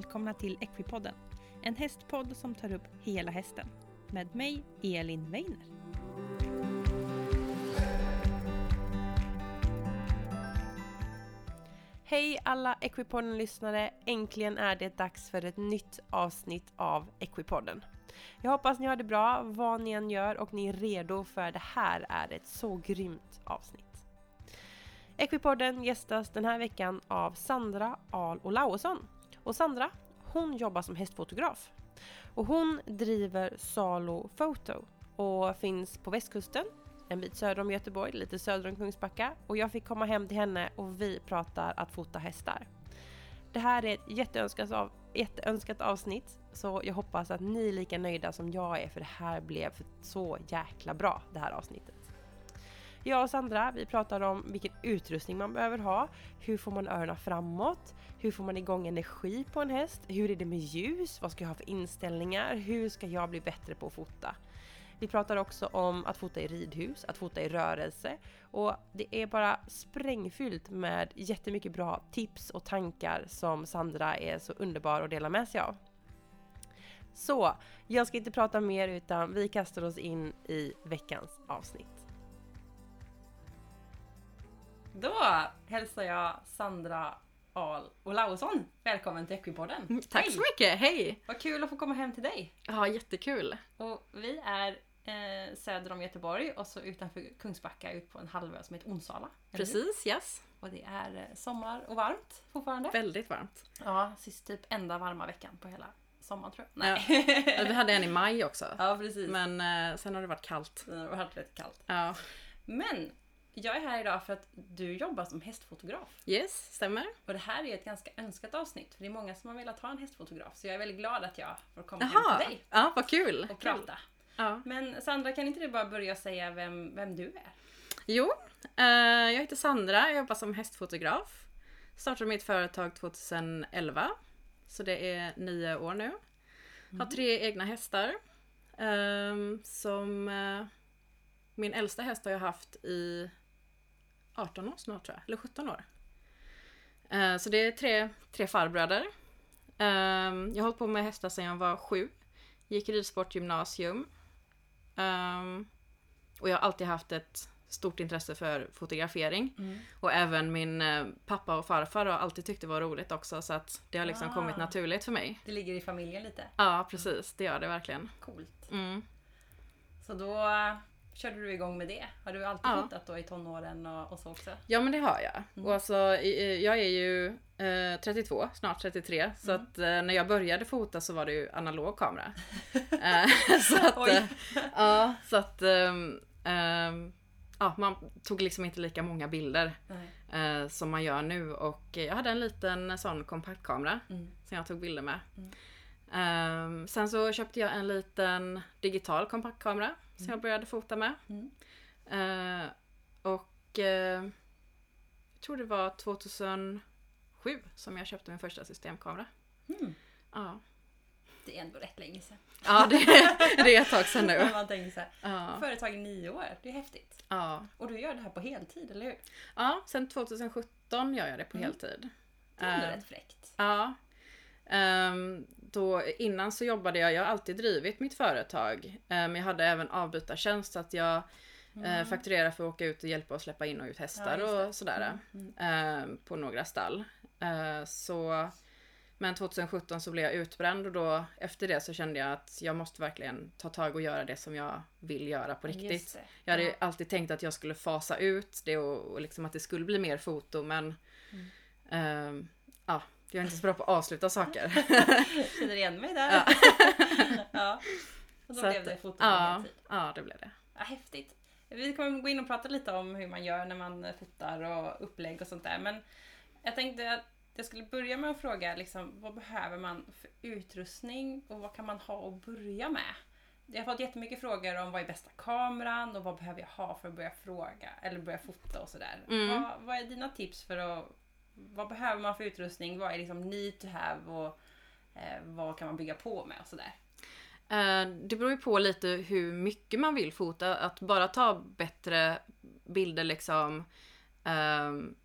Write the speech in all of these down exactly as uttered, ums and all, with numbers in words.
välkomna till Equipodden. En hästpodd som tar upp hela hästen. Med mig, Elin Weiner. Hej alla Equipodden-lyssnare. Äntligen är det dags för ett nytt avsnitt av Equipodden. Jag hoppas ni har det bra, vad ni än gör, och ni är redo för det här är ett så grymt avsnitt. Equipodden gästas den här veckan av Sandra Ahl Olausson. Och Sandra, hon jobbar som hästfotograf. Och hon driver Salo Photo och finns på västkusten, en bit söder om Göteborg, lite söder om Kungsbacka. Och jag fick komma hem till henne och vi pratar att fota hästar. Det här är ett jätteönskat, av, jätteönskat avsnitt, så jag hoppas att ni är lika nöjda som jag är, för det här blev så jäkla bra, det här avsnittet. Jag och Sandra, vi pratar om vilken utrustning man behöver ha, hur får man öronen framåt, hur får man igång energi på en häst, hur är det med ljus, vad ska jag ha för inställningar, hur ska jag bli bättre på att fota. Vi pratar också om att fota i ridhus, att fota i rörelse, och det är bara sprängfyllt med jättemycket bra tips och tankar som Sandra är så underbar att dela med sig av. Så, jag ska inte prata mer utan vi kastar oss in i veckans avsnitt. Då hälsar jag Sandra Ahl Olausson. Välkommen till Equipodden. Mm, tack Hej. så mycket, hej! Vad kul att få komma hem till dig. Ja, jättekul. Och vi är eh, söder om Göteborg och så utanför Kungsbacka ut på en halvö som heter Onsala. Precis, yes. Och det är eh, sommar och varmt fortfarande. Väldigt varmt. Ja, sist typ enda varma veckan på hela sommaren tror jag. Nej. Ja. Vi hade en i maj också. Ja, precis. Men eh, sen har det varit kallt. Det har varit rätt kallt. Ja. Men jag är här idag för att du jobbar som hästfotograf. Yes, stämmer. Och det här är ett ganska önskat avsnitt. För det är många som har velat ha en hästfotograf. Så jag är väldigt glad att jag får komma Jaha. hem till dig. Ja, vad kul. Och prata. Ja. Men Sandra, kan inte du bara börja säga vem, vem du är? Jo, eh, jag heter Sandra. Jag jobbar som hästfotograf. Startade mitt företag tjugoelva. Så det är nio år nu. Mm. Har tre egna hästar. Eh, som eh, min äldsta häst har jag haft i arton år snart tror jag, eller sjutton år. Uh, så det är tre, tre farbröder. Uh, jag har hållit på med hästar sedan jag var sju. Gick ridsportgymnasium. Um, och jag har alltid haft ett stort intresse för fotografering. Mm. Och även min uh, pappa och farfar har alltid tyckt det var roligt också. Så att det har liksom ah. kommit naturligt för mig. Det ligger i familjen lite. Ja, precis. Det gör det verkligen. Coolt. Mm. Så då körde du igång med det? Har du alltid ja. fotat då i tonåren och, och så också? Ja, men det har jag. Mm. Och alltså, jag är ju eh, trettiotvå, snart trettiotre. Mm. Så att eh, när jag började fota så var det ju analog kamera. eh, så att, eh, ja, så att eh, eh, ja, man tog liksom inte lika många bilder eh, som man gör nu. Och jag hade en liten sån kompaktkamera mm. som jag tog bilder med. Mm. Um, sen så köpte jag en liten digital kompaktkamera mm. som jag började fota med. Mm. Uh, och uh, jag tror det var tjugohundrasju som jag köpte min första systemkamera. Mm. Ja. Det är ändå rätt länge sedan. Ja, det, det är ett tag sedan nu. Man tänker så här, ja. Företag i nio år, det är häftigt. Ja. Och du gör det här på heltid, eller hur? Ja, sen tjugosjutton gör jag det på mm. heltid. Det är ändå uh, rätt fräckt. Ja. Um, då, innan så jobbade jag, jag har alltid drivit mitt företag. Um, jag hade även avbytartjänst så att jag mm. uh, fakturerade för att åka ut och hjälpa och släppa in och ut hästar ja, och sådär. Mm. Mm. Um, på några stall. Uh, så, men tjugosjutton så blev jag utbränd och då efter det så kände jag att jag måste verkligen ta tag och göra det som jag vill göra på riktigt. Jag hade ja. alltid tänkt att jag skulle fasa ut det och, och liksom att det skulle bli mer foto, men mm. um, ja. Jag är inte så bra på att avsluta saker. Känner igen mig där. Ja. ja. Och då så blev det foto på ja, heltid. Ja, det blev det. Ja, häftigt. Vi kommer gå in och prata lite om hur man gör när man fotar och upplägg och sånt där. Men jag tänkte att jag skulle börja med att fråga liksom, vad behöver man för utrustning och vad kan man ha att börja med? Jag har fått jättemycket frågor om vad är bästa kameran och vad behöver jag ha för att börja fråga eller börja fota och sådär. Mm. Vad, vad är dina tips för att vad behöver man för utrustning? Vad är liksom need to have och eh, vad kan man bygga på med och sådär? Uh, det beror ju på lite hur mycket man vill fota. Att bara ta bättre bilder liksom uh,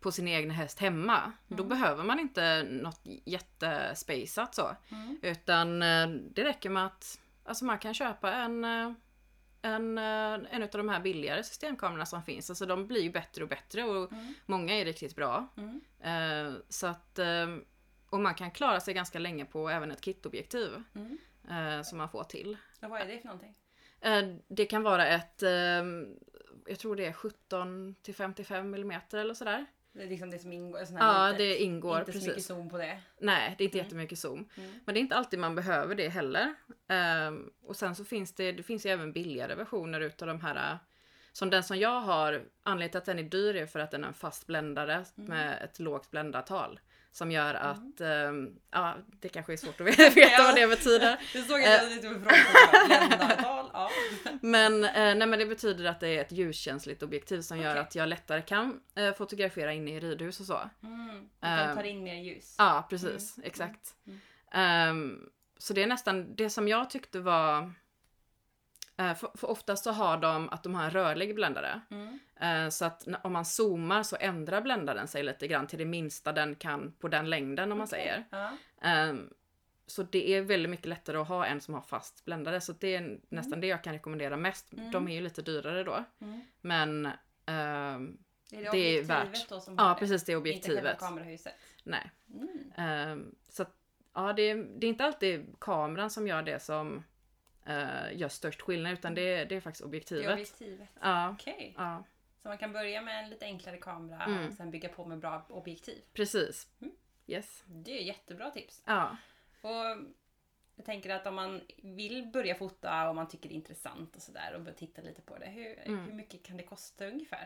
på sin egen häst hemma. Mm. Då behöver man inte något jättespejsat så. Mm. Utan eh, det räcker med att alltså man kan köpa en, en, en av de här billigare systemkamerorna som finns. Alltså de blir ju bättre och bättre och mm. många är riktigt bra. Mm. Eh, så att, eh, och man kan klara sig ganska länge på även ett kitobjektiv mm. eh, som man får till. Och vad är det för någonting? Eh, det kan vara ett, eh, jag tror det är sjutton till femtiofem millimeter eller sådär. Det är liksom det som ingår? Sån här ja, litet. Det ingår. Inte precis. så mycket zoom på det? Nej, det är inte mm. jättemycket zoom. Mm. Men det är inte alltid man behöver det heller. Um, och sen så finns det, det finns ju även billigare versioner utav de här. Som den som jag har, anledningen till att den är dyr är för att den är en fast bländare mm. med ett lågt bländartal. Som gör att, mm. um, ja det kanske är svårt att veta ja. vad det betyder. Det såg jag lite på frågan. Bländartal, ja. Men, eh, nej, men det betyder att det är ett ljuskänsligt objektiv som gör okay. att jag lättare kan eh, fotografera inne i ridhus och så. Mm. Den tar in mer ljus. Ja, precis. Mm. Exakt. Mm. Um, så det är nästan det som jag tyckte var... Uh, för, för oftast så har de att de har en rörlig bländare. Mm. Uh, så att n- om man zoomar så ändrar bländaren sig lite grann till det minsta den kan på den längden om man okay. säger. Uh. Um, så det är väldigt mycket lättare att ha en som har fast bländare. Så det är mm. nästan det jag kan rekommendera mest. Mm. De är ju lite dyrare då. Mm. Men um, det är, det det är värt. Då som ja, har precis det är objektivet. Inte själva kamerahuset. Nej. Mm. Um, så att, ja, det är, det är inte alltid kameran som gör det som uh, gör störst skillnad. Utan det är, det är faktiskt objektivet. Det är objektivet. Ja. Okej. Okay. Ja. Så man kan börja med en lite enklare kamera mm. och sen bygga på med bra objektiv. Precis. Mm. Yes. Det är jättebra tips. Ja. Och jag tänker att om man vill börja fota och man tycker det är intressant och sådär och börja titta lite på det. Hur, mm. hur mycket kan det kosta ungefär?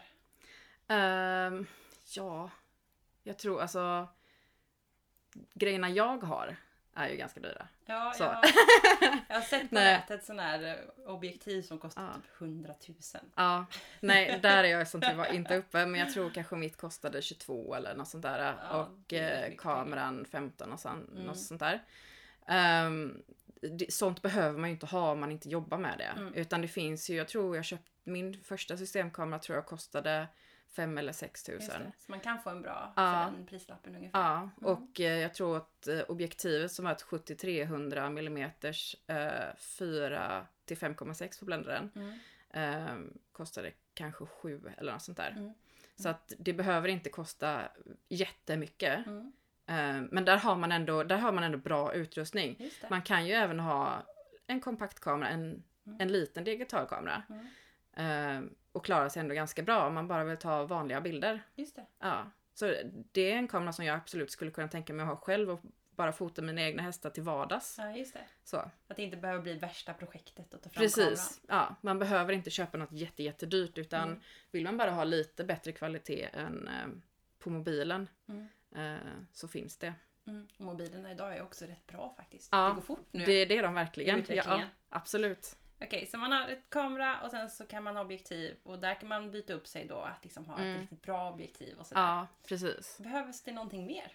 Um, ja, jag tror alltså grejerna jag har är ju ganska dyra. Ja, så. Jag, jag har sett på nätet sån här objektiv som kostar ja. typ hundratusen. Ja, nej, där är jag som tur var inte uppe. Men jag tror kanske mitt kostade tjugotvå eller något sånt där. Ja, och eh, kameran femton och sånt, mm. något sånt där. Um, det, sånt behöver man ju inte ha om man inte jobbar med det. Mm. Utan det finns ju, jag tror jag köpte min första systemkamera tror jag kostade fem eller sex tusen. Så man kan få en bra ja. för den prislappen ungefär. Ja, mm. och eh, jag tror att eh, objektivet som är ett sjuttio till trehundra millimeters eh, fyra till fem komma sex på bländaren mm. eh, kostade kanske sju eller något sånt där. Mm. Mm. Så att det behöver inte kosta jättemycket. Mm. Eh, men där har man ändå, där har man ändå bra utrustning. Man kan ju även ha en kompaktkamera, en, mm. en liten digitalkamera. Mm. Uh, och klarar sig ändå ganska bra om man bara vill ta vanliga bilder. Just det. Ja. Så det är en kamera som jag absolut skulle kunna tänka mig att ha själv och bara fota mina egna hästar till vardags. Ja, just det. Så. Att det inte behöver bli värsta projektet att ta fram Precis. Kameran. Ja, man behöver inte köpa något jätte, jättedyrt utan mm. vill man bara ha lite bättre kvalitet än uh, på mobilen mm. uh, så finns det. Mm. Och mobilerna idag är också rätt bra faktiskt. Ja, det går fort nu. Det, det är de verkligen. Ja, ja, absolut. Okej, okay, så man har ett kamera och sen så kan man ha objektiv och där kan man byta upp sig då att liksom ha mm. ett riktigt bra objektiv och sådär. Ja, precis. Behövs det någonting mer?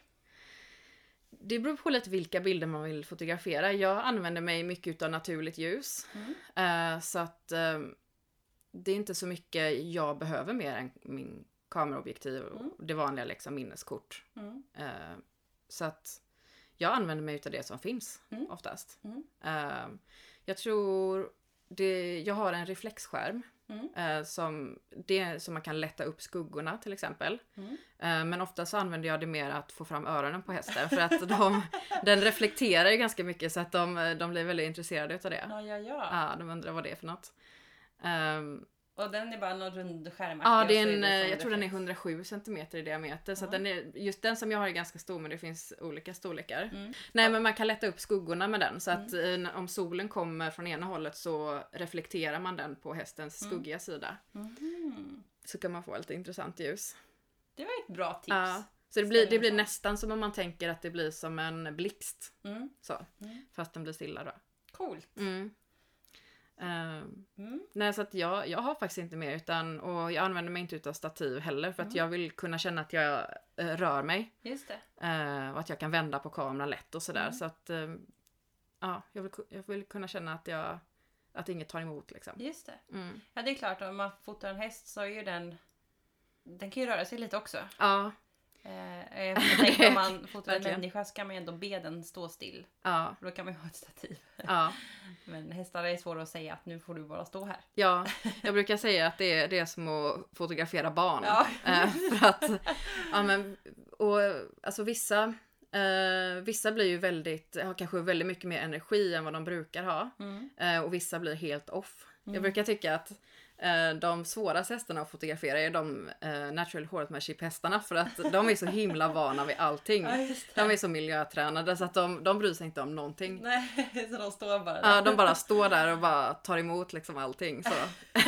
Det beror på lite vilka bilder man vill fotografera. Jag använder mig mycket av naturligt ljus. Mm. Uh, så att uh, det är inte så mycket jag behöver mer än min kameraobjektiv och mm. det vanliga liksom minneskort. Mm. Uh, så att jag använder mig av det som finns mm. oftast. Mm. Uh, jag tror det, jag har en reflexskärm mm. eh, som, det, som man kan lätta upp skuggorna till exempel. Mm. Eh, men ofta så använder jag det mer att få fram öronen på hästen för att de, den reflekterar ju ganska mycket så att de, de blir väldigt intresserade av det. Ja, ja, ja. Ja, de undrar vad det är för något. Um, och den är bara någon rund skärm. Ja, det är en, det jag tror den är hundrasju centimeter i diameter. Så mm. att den är, just den som jag har är ganska stor men det finns olika storlekar. Mm. Nej, men man kan lätta upp skuggorna med den. Så att mm. om solen kommer från ena hållet så reflekterar man den på hästens mm. skuggiga sida. Mm. Så kan man få lite intressant ljus. Det var ett bra tips. Ja. Så det blir, det blir nästan som om man tänker att det blir som en blixt. Mm. Så. Mm. Fast den blir stilla då. Coolt. Mm. Uh, mm. Nej, så att jag, jag har faktiskt inte mer utan, och jag använder mig inte utav stativ heller för att mm. jag vill kunna känna att jag uh, rör mig. Just det. Uh, och att jag kan vända på kameran lätt och sådär. Mm. Så att uh, ja, jag vill, jag vill kunna känna att jag att inget tar emot liksom. Just det. Mm. Ja, det är klart om man fotar en häst så är ju den den kan ju röra sig lite också. Ja. Eh, jag tänker om man fotar en Verkligen. människa så kan man ju ändå be den stå still. Ja, Då kan man ju ha ett stativ. ja. Men hästar är svåra att säga att nu får du bara stå här. Ja, jag brukar säga att det är, det är som att fotografera barn. Ja. Eh, för att, ja men, och alltså vissa, eh, vissa blir ju väldigt, har kanske väldigt mycket mer energi än vad de brukar ha. Mm. Eh, och vissa blir helt off. Mm. Jag brukar tycka att eh, de svåraste hästarna att fotografera är de eh, natural horsemanship-hästarna, för att de är så himla vana vid allting. Ja, just det. De är så miljötränade så att de, de bryr sig inte om någonting. Nej, så de står bara där. Ja, de bara står där och bara tar emot liksom allting. Så.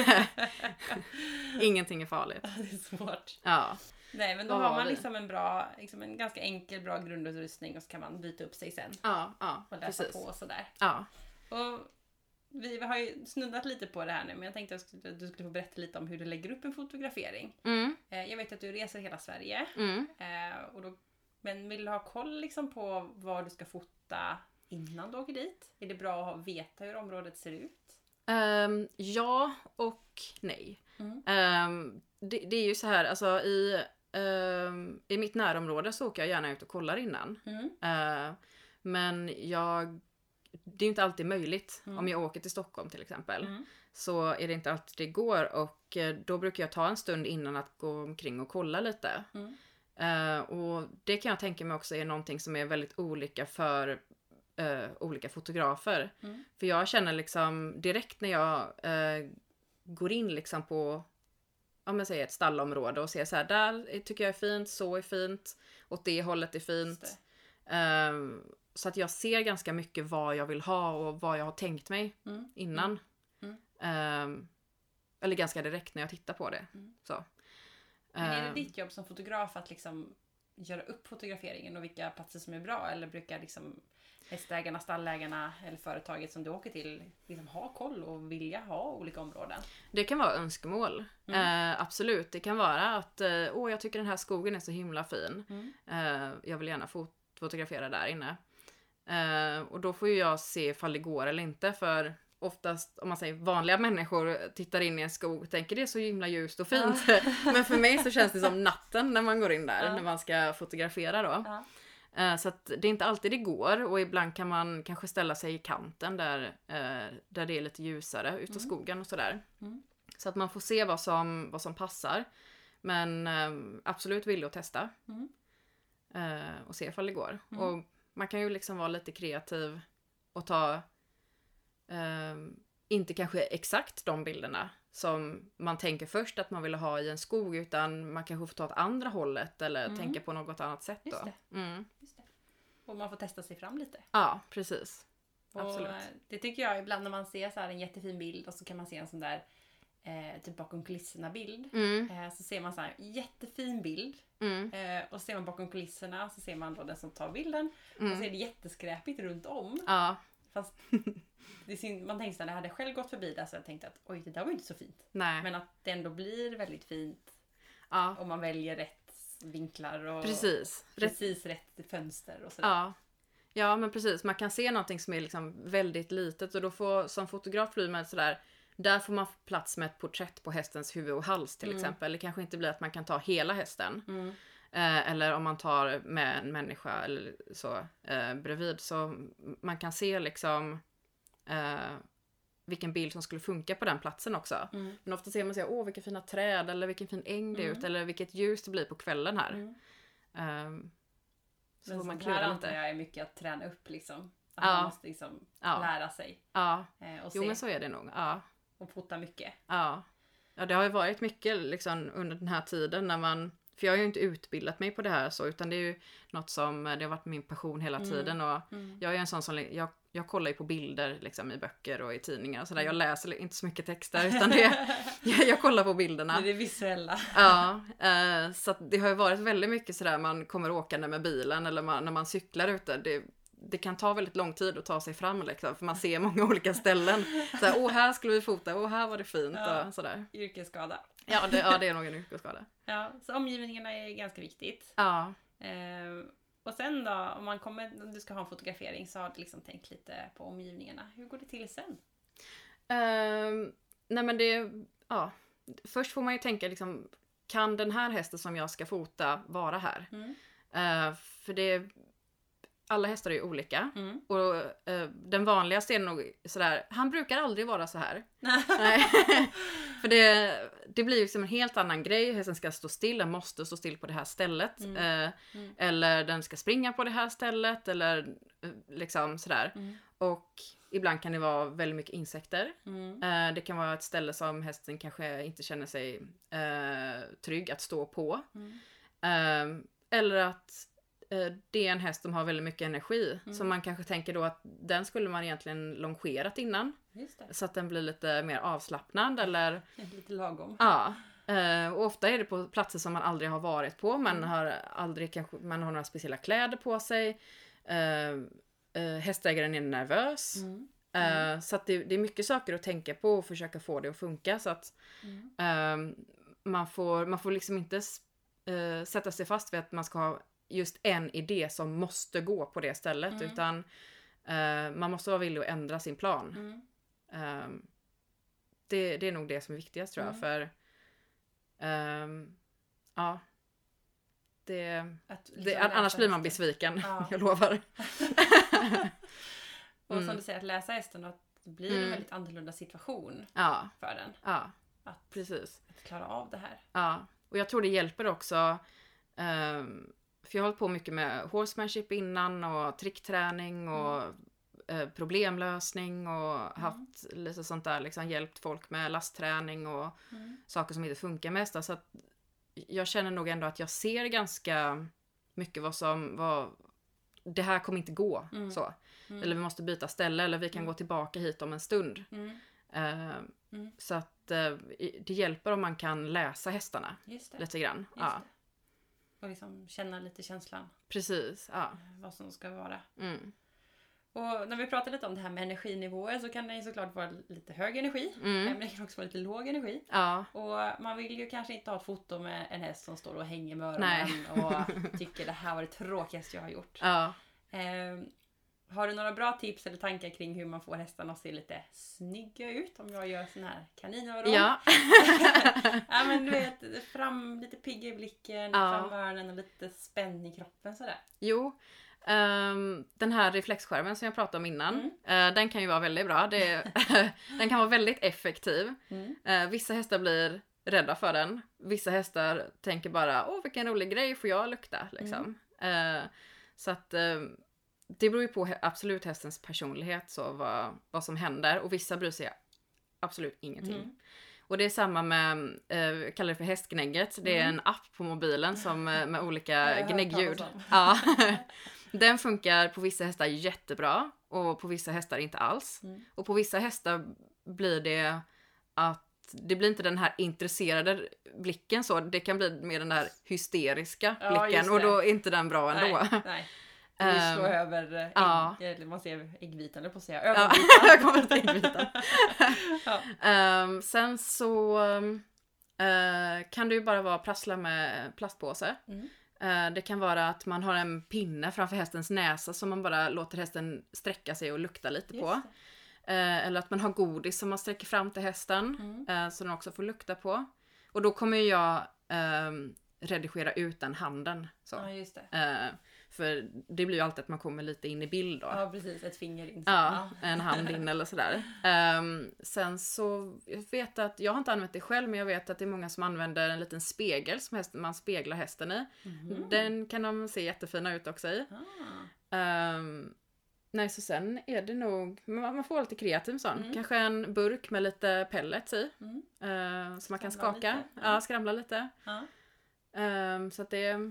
Ingenting är farligt. Det är svårt. Ja, Nej, men då Vad har var man det? liksom en bra, liksom en ganska enkel, bra grundutrustning och så kan man byta upp sig sen. ja, ja Och läsa precis. på och sådär. Ja. Och vi har ju snuddat lite på det här nu, men jag tänkte att du skulle få berätta lite om hur du lägger upp en fotografering. Mm, Eh, Jag vet att du reser hela Sverige. mm. Eh, och då, men vill du ha koll liksom på vad du ska fota innan du åker dit? Är det bra att veta hur området ser ut? Ehm, ja och nej. Mm. Ehm, det, det är ju så här, alltså i, ehm, i mitt närområde så åker jag gärna ut och kollar innan. Mm. Ehm, men jag, det är ju inte alltid möjligt. Mm. Om jag åker till Stockholm till exempel. Mm. Så är det inte alltid det går, och eh, då brukar jag ta en stund innan att gå omkring och kolla lite. Mm. Eh, och det kan jag tänka mig också är någonting som är väldigt olika för eh, olika fotografer. Mm. För jag känner liksom direkt när jag eh, går in liksom på, om jag säger ett stallområde och ser så här, där tycker jag är fint, så är fint, åt det hållet är fint. Just Eh, så att jag ser ganska mycket vad jag vill ha och vad jag har tänkt mig Mm. innan. Mm. Eh, eller ganska direkt när jag tittar på det. Mm. Så. Men är det Eh, ditt jobb som fotograf att liksom göra upp fotograferingen och vilka platser som är bra? Eller brukar liksom hästägarna, stallägarna eller företaget som du åker till liksom ha koll och vilja ha olika områden? Det kan vara önskemål. Mm. Eh, absolut. Det kan vara att eh, åh, jag tycker den här skogen är så himla fin. Mm. Eh, jag vill gärna fot- fotografera där inne. Eh, och då får ju jag se ifall det går eller inte. För oftast, om man säger vanliga människor tittar in i en skog och tänker det är så himla ljust och fint. Men för mig så känns det som natten när man går in där. Ja. När man ska fotografera då. Ja. Eh, Så att det är inte alltid det går, och ibland kan man kanske ställa sig i kanten där, eh, där det är lite ljusare ute i Mm. skogen och sådär. Mm. Så att man får se vad som, vad som passar. Men eh, absolut villig att testa. Mm. Eh, och se ifall det går. Mm. Och man kan ju liksom vara lite kreativ och ta eh, inte kanske exakt de bilderna som man tänker först att man vill ha i en skog, utan man kanske får ta åt andra hållet eller Mm. tänka på något annat sätt Just då. det. Mm. Just det. Och man får testa sig fram lite. Ja, precis. Och Absolut. eh, det tycker jag ibland när man ser så här en jättefin bild och så kan man se en sån där eh, typ bakom kulisserna bild. Mm, Eh, så ser man så här jättefin bild. mm, Eh, och så ser man bakom kulisserna så ser man då den som tar bilden. Och så mm. är det jätteskräpigt runt om. Ja, Fast det är synd, man tänker så här, jag hade själv gått förbi där så jag tänkte att oj, det där var inte så fint. nej. Men att det ändå blir väldigt fint Ja, om man väljer rätt vinklar och precis. Rätt, precis rätt fönster och sådär. ja. ja, men precis. Man kan se någonting som är liksom väldigt litet, och då får som fotograf blir man sådär, där får man plats med ett porträtt på hästens huvud och hals till Mm. exempel. Det kanske inte blir att man kan ta hela hästen. Mm. Eh, eller om man tar med en människa eller så eh, bredvid. Så man kan se liksom eh, vilken bild som skulle funka på den platsen också. Mm. Men ofta ser man så åh vilka fina träd, eller vilken fin äng det är Mm. ut, eller vilket ljus det blir på kvällen här. Mm. Ehm, så Men får man sånt här klura antar lite. jag är mycket att träna upp liksom. Att Ja. man måste liksom Ja. lära sig Ja, eh, och jo se men så är det nog. Ja, och fota mycket. ja. Ja, det har ju varit mycket liksom under den här tiden när man, för jag har ju inte utbildat mig på det här så, utan det är ju något som, det har varit min passion hela Mm. tiden, och Mm. jag är en sån som, jag, jag kollar ju på bilder liksom i böcker och i tidningar och sådär. Jag Mm. läser inte så mycket texter, utan det, jag, jag kollar på bilderna. Det är det visuella. Ja, eh, så att det har ju varit väldigt mycket sådär, man kommer åkande med bilen eller man, när man cyklar ute, det, det kan ta väldigt lång tid att ta sig fram liksom, för man ser många olika ställen. Såhär, åh här skulle vi fota, åh här var det fint Ja. och sådär. Yrkesskada. Ja det, ja, det är nog en yrkesskada. Ja, så omgivningarna är ganska viktigt. Ja, Eh, och sen då, om man kommer, om du ska ha en fotografering så har du liksom tänkt lite på omgivningarna. Hur går det till sen? Ehm, nej men det, ja, först får man ju tänka liksom, kan den här hästen som jag ska fota vara här? Mm. Uh, för det, alla hästar är ju olika. Mm. Och uh, den vanligaste är nog sådär, han brukar aldrig vara så här. För det, det blir ju liksom en helt annan grej. Hästen ska stå still, den måste stå still på det här stället. Mm. Uh, Mm. Eller den ska springa på det här stället. Eller uh, liksom sådär. Mm. Och ibland kan det vara väldigt mycket insekter. Mm. Uh, det kan vara ett ställe som hästen kanske inte känner sig uh, trygg att stå på. Mm. Uh, eller att uh, det är en häst som har väldigt mycket energi. Mm. Så man kanske tänker då att den skulle man egentligen longerat innan. Just det. Så att den blir lite mer avslappnad eller... Lite lagom. Ja. Uh, och ofta är det på platser som man aldrig har varit på. Man Mm. har aldrig kanske, man har några speciella kläder på sig. Uh, uh, hästägaren är nervös. Mm. Uh, så att det, det är mycket saker att tänka på och försöka få det att funka. Så att Mm. uh, man, får, man får liksom inte uh, sätta sig fast vid att man ska ha just en idé som måste gå på det stället. Mm. Utan uh, man måste vara villig att ändra sin plan. Mm. Uh, det, det är nog det som är viktigast tror jag. Mm. För um, ja, det, Att liksom det, annars läsa blir man hästen. besviken. Ja. Jag lovar. Och Mm. som du säger, att läsa hästen, att det blir Mm. en väldigt annorlunda situation Ja, för den. ja, Att, precis. att klara av det här. Ja, och jag tror det hjälper också. Um, för jag har hållit på mycket med horsemanship innan och trickträning och eh, problemlösning och haft lite sånt där, liksom hjälpt folk med lastträning och Mm. saker som inte funkar med hästar. Så att jag känner nog ändå att jag ser ganska mycket vad som, vad, det här kommer inte gå Mm. så. Mm. Eller vi måste byta ställe eller vi kan Mm. gå tillbaka hit om en stund. Mm. Uh, Mm. Så att uh, det hjälper om man kan läsa hästarna Just det. lite grann. Just Ja, det. Och liksom känna lite känslan. precis. Ja. eh, Vad som ska vara. Mm. Och när vi pratar lite om det här med energinivåer så kan det ju såklart vara lite hög energi. Mm. Men det kan också vara lite låg energi. Ja, Och man vill ju kanske inte ha ett foto med en häst som står och hänger med Nej. öronen och tycker det här var det tråkigaste jag har gjort. ja. Eh, har du några bra tips eller tankar kring hur man får hästarna att se lite snygga ut? Om jag gör sån här kaninöron. Ja. Ja men du vet, fram, lite pigg i blicken, Ja. fram öronen och lite spänn i kroppen sådär. Jo, ehm, den här reflexskärmen som jag pratade om innan, Mm. eh, den kan ju vara väldigt bra. Det är, den kan vara väldigt effektiv. Mm. Eh, vissa hästar blir rädda för den. Vissa hästar tänker bara, åh vilken rolig grej, får jag lukta? Liksom. Mm. Eh, så att eh, det beror ju på he- absolut hästens personlighet, så vad, vad som händer. Och vissa bryr sig absolut ingenting. Mm. Och det är samma med, eh, jag kallar det för hästgnägget. Det är Mm. en app på mobilen som, eh, med Jag olika har hört gnäggljud. talas om. Ja. Den funkar på vissa hästar jättebra och på vissa hästar inte alls. Mm. Och på vissa hästar blir det att det blir inte den här intresserade blicken så. Det kan bli mer den där hysteriska Ja, blicken just och det. då är inte den bra ändå. Nej, nej. Vi slår Ehm, över ägg, ja. eller man ser äggvitan, eller på att säga. Ja, Ögonvitan. jag kommer till äggvitan. Ja. Ehm, sen så eh, kan det ju bara vara prassla med plastpåse. Mm. Eh, det kan vara att man har en pinne framför hästens näsa som man bara låter hästen sträcka sig och lukta lite Just på. Eh, eller att man har godis som man sträcker fram till hästen Mm. eh, så den också får lukta på. Och då kommer ju jag ehm, redigera ut den handen. Så. Ja, just det. Eh, för det blir ju alltid att man kommer lite in i bild då. Ja, precis. Ett finger in. Ja, en hand in eller sådär. Um, sen så, jag vet att, jag har inte använt det själv, men jag vet att det är många som använder en liten spegel som hästen, man speglar hästen i. Mhm. Den kan de se jättefina ut också i. Ah. Um, nej, så sen är det nog, man man får vara lite kreativ sån. Mm. Kanske en burk med lite pellets i. Mm. Uh, så man kan Skramla skaka. lite. Ja, skramla lite. Ja. Um, så att det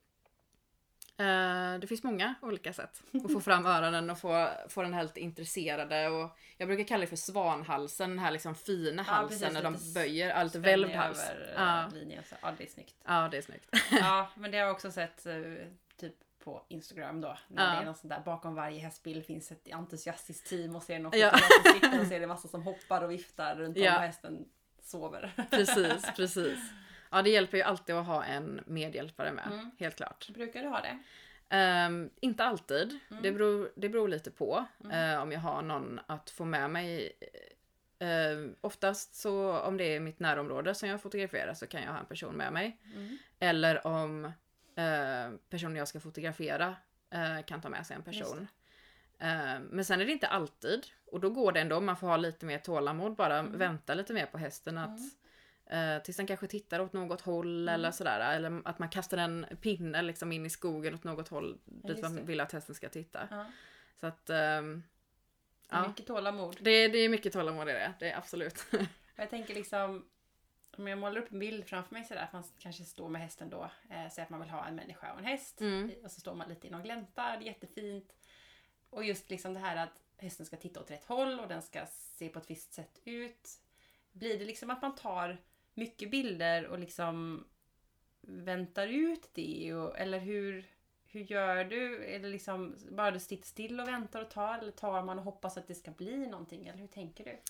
Uh, det finns många olika sätt att få fram öronen och få, få den här lite intresserade och jag brukar kalla det för svanhalsen, den här liksom fina Ja, halsen precis, när de lite böjer, ja, lite Spänning välvd hals. över Ja. ja. linjen. Så, ja, det är snyggt. Ja, det är snyggt. Ja, men det har jag också sett eh, typ på Instagram då. När Ja. det är något sånt där, bakom varje hästbild finns ett entusiastiskt team och ser någon Ja. fotograf som sitter och ser det massa som hoppar och viftar runt om Ja. och hästen sover. Precis, precis. Ja, det hjälper ju alltid att ha en medhjälpare med, Mm. helt klart. Brukar du ha det? Um, inte alltid. Mm. Det, beror, det beror lite på Mm. eh, om jag har någon att få med mig eh, oftast så om det är mitt närområde som jag fotograferar så kan jag ha en person med mig. Mm. Eller om eh, personen jag ska fotografera eh, kan ta med sig en person. Eh, men sen är det inte alltid. Och då går det ändå, man får ha lite mer tålamod, bara Mm. vänta lite mer på hästen. Att, Mm. eh, tills den kanske tittar åt något håll Mm. eller sådär. Eller att man kastar en pinne liksom in i skogen åt något håll dit just man det. vill att hästen ska titta. Ja. Så att... ehm, Det är ja. mycket tålamod. Det, det är mycket tålamod i det, det är absolut. Jag tänker liksom, om jag målar upp en bild framför mig sådär, att man kanske står med hästen då, eh, säger att man vill ha en människa och en häst, Mm. och så står man lite i någon glänta, det är jättefint. Och just liksom det här att hästen ska titta åt rätt håll och den ska se på ett visst sätt ut. Blir det liksom att man tar mycket bilder och liksom väntar ut det? Och, eller hur, hur gör du? Eller liksom bara du sitter still och väntar och tar? Eller tar man och hoppas att det ska bli någonting? Eller hur tänker du?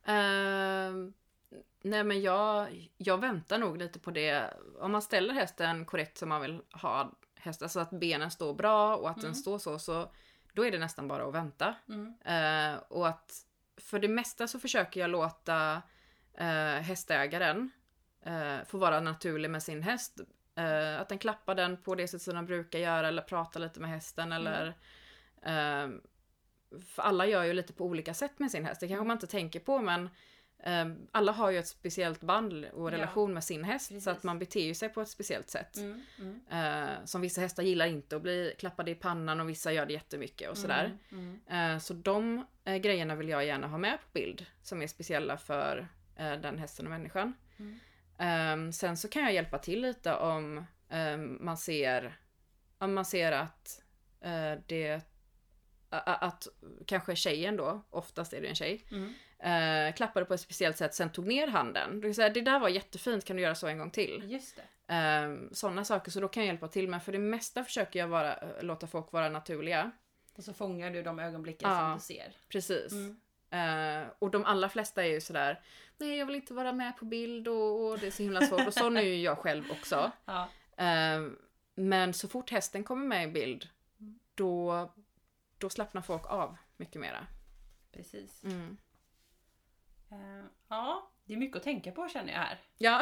Ehm, nej men jag, jag väntar nog lite på det. Om man ställer hästen korrekt som man vill ha hästen, så att benen står bra och att Mm. den står så, så då är det nästan bara att vänta. Mm. Eh, och att för det mesta så försöker jag låta eh, hästägaren eh, få vara naturlig med sin häst. Eh, att den klappar den på det sätt som den brukar göra, eller pratar lite med hästen, eller eh, för alla gör ju lite på olika sätt med sin häst. Det kanske man inte tänker på, men eh, alla har ju ett speciellt band och relation Ja, med sin häst. precis. Så att man beter ju sig på ett speciellt sätt. Mm. Mm. Eh, som vissa hästar gillar inte att bli klappade i pannan, och vissa gör det jättemycket och sådär. Mm. Mm. Eh, så de eh, grejerna vill jag gärna ha med på bild, som är speciella för eh, den hästen och människan. Mm. Eh, sen så kan jag hjälpa till lite om eh, man ser om man ser att eh, det a- att kanske tjejen då, oftast är det en tjej, Mm. eh, klappade på ett speciellt sätt, sen tog ner handen. Det, säga, det där var jättefint, kan du göra så en gång till? Just det. Eh, sådana saker, så då kan jag hjälpa till. Men för det mesta försöker jag vara, låta folk vara naturliga. Och så fångar du de ögonblicken Ja. som du ser. Precis. Mm. Eh, och de allra flesta är ju sådär, nej jag vill inte vara med på bild och, och det är så himla svårt. Och sån är ju jag själv också. Ja. Eh, men så fort hästen kommer med i bild, då, då slappnar folk av mycket mera. Precis. Mm. Eh, ja, det är mycket att tänka på känner jag här. Ja.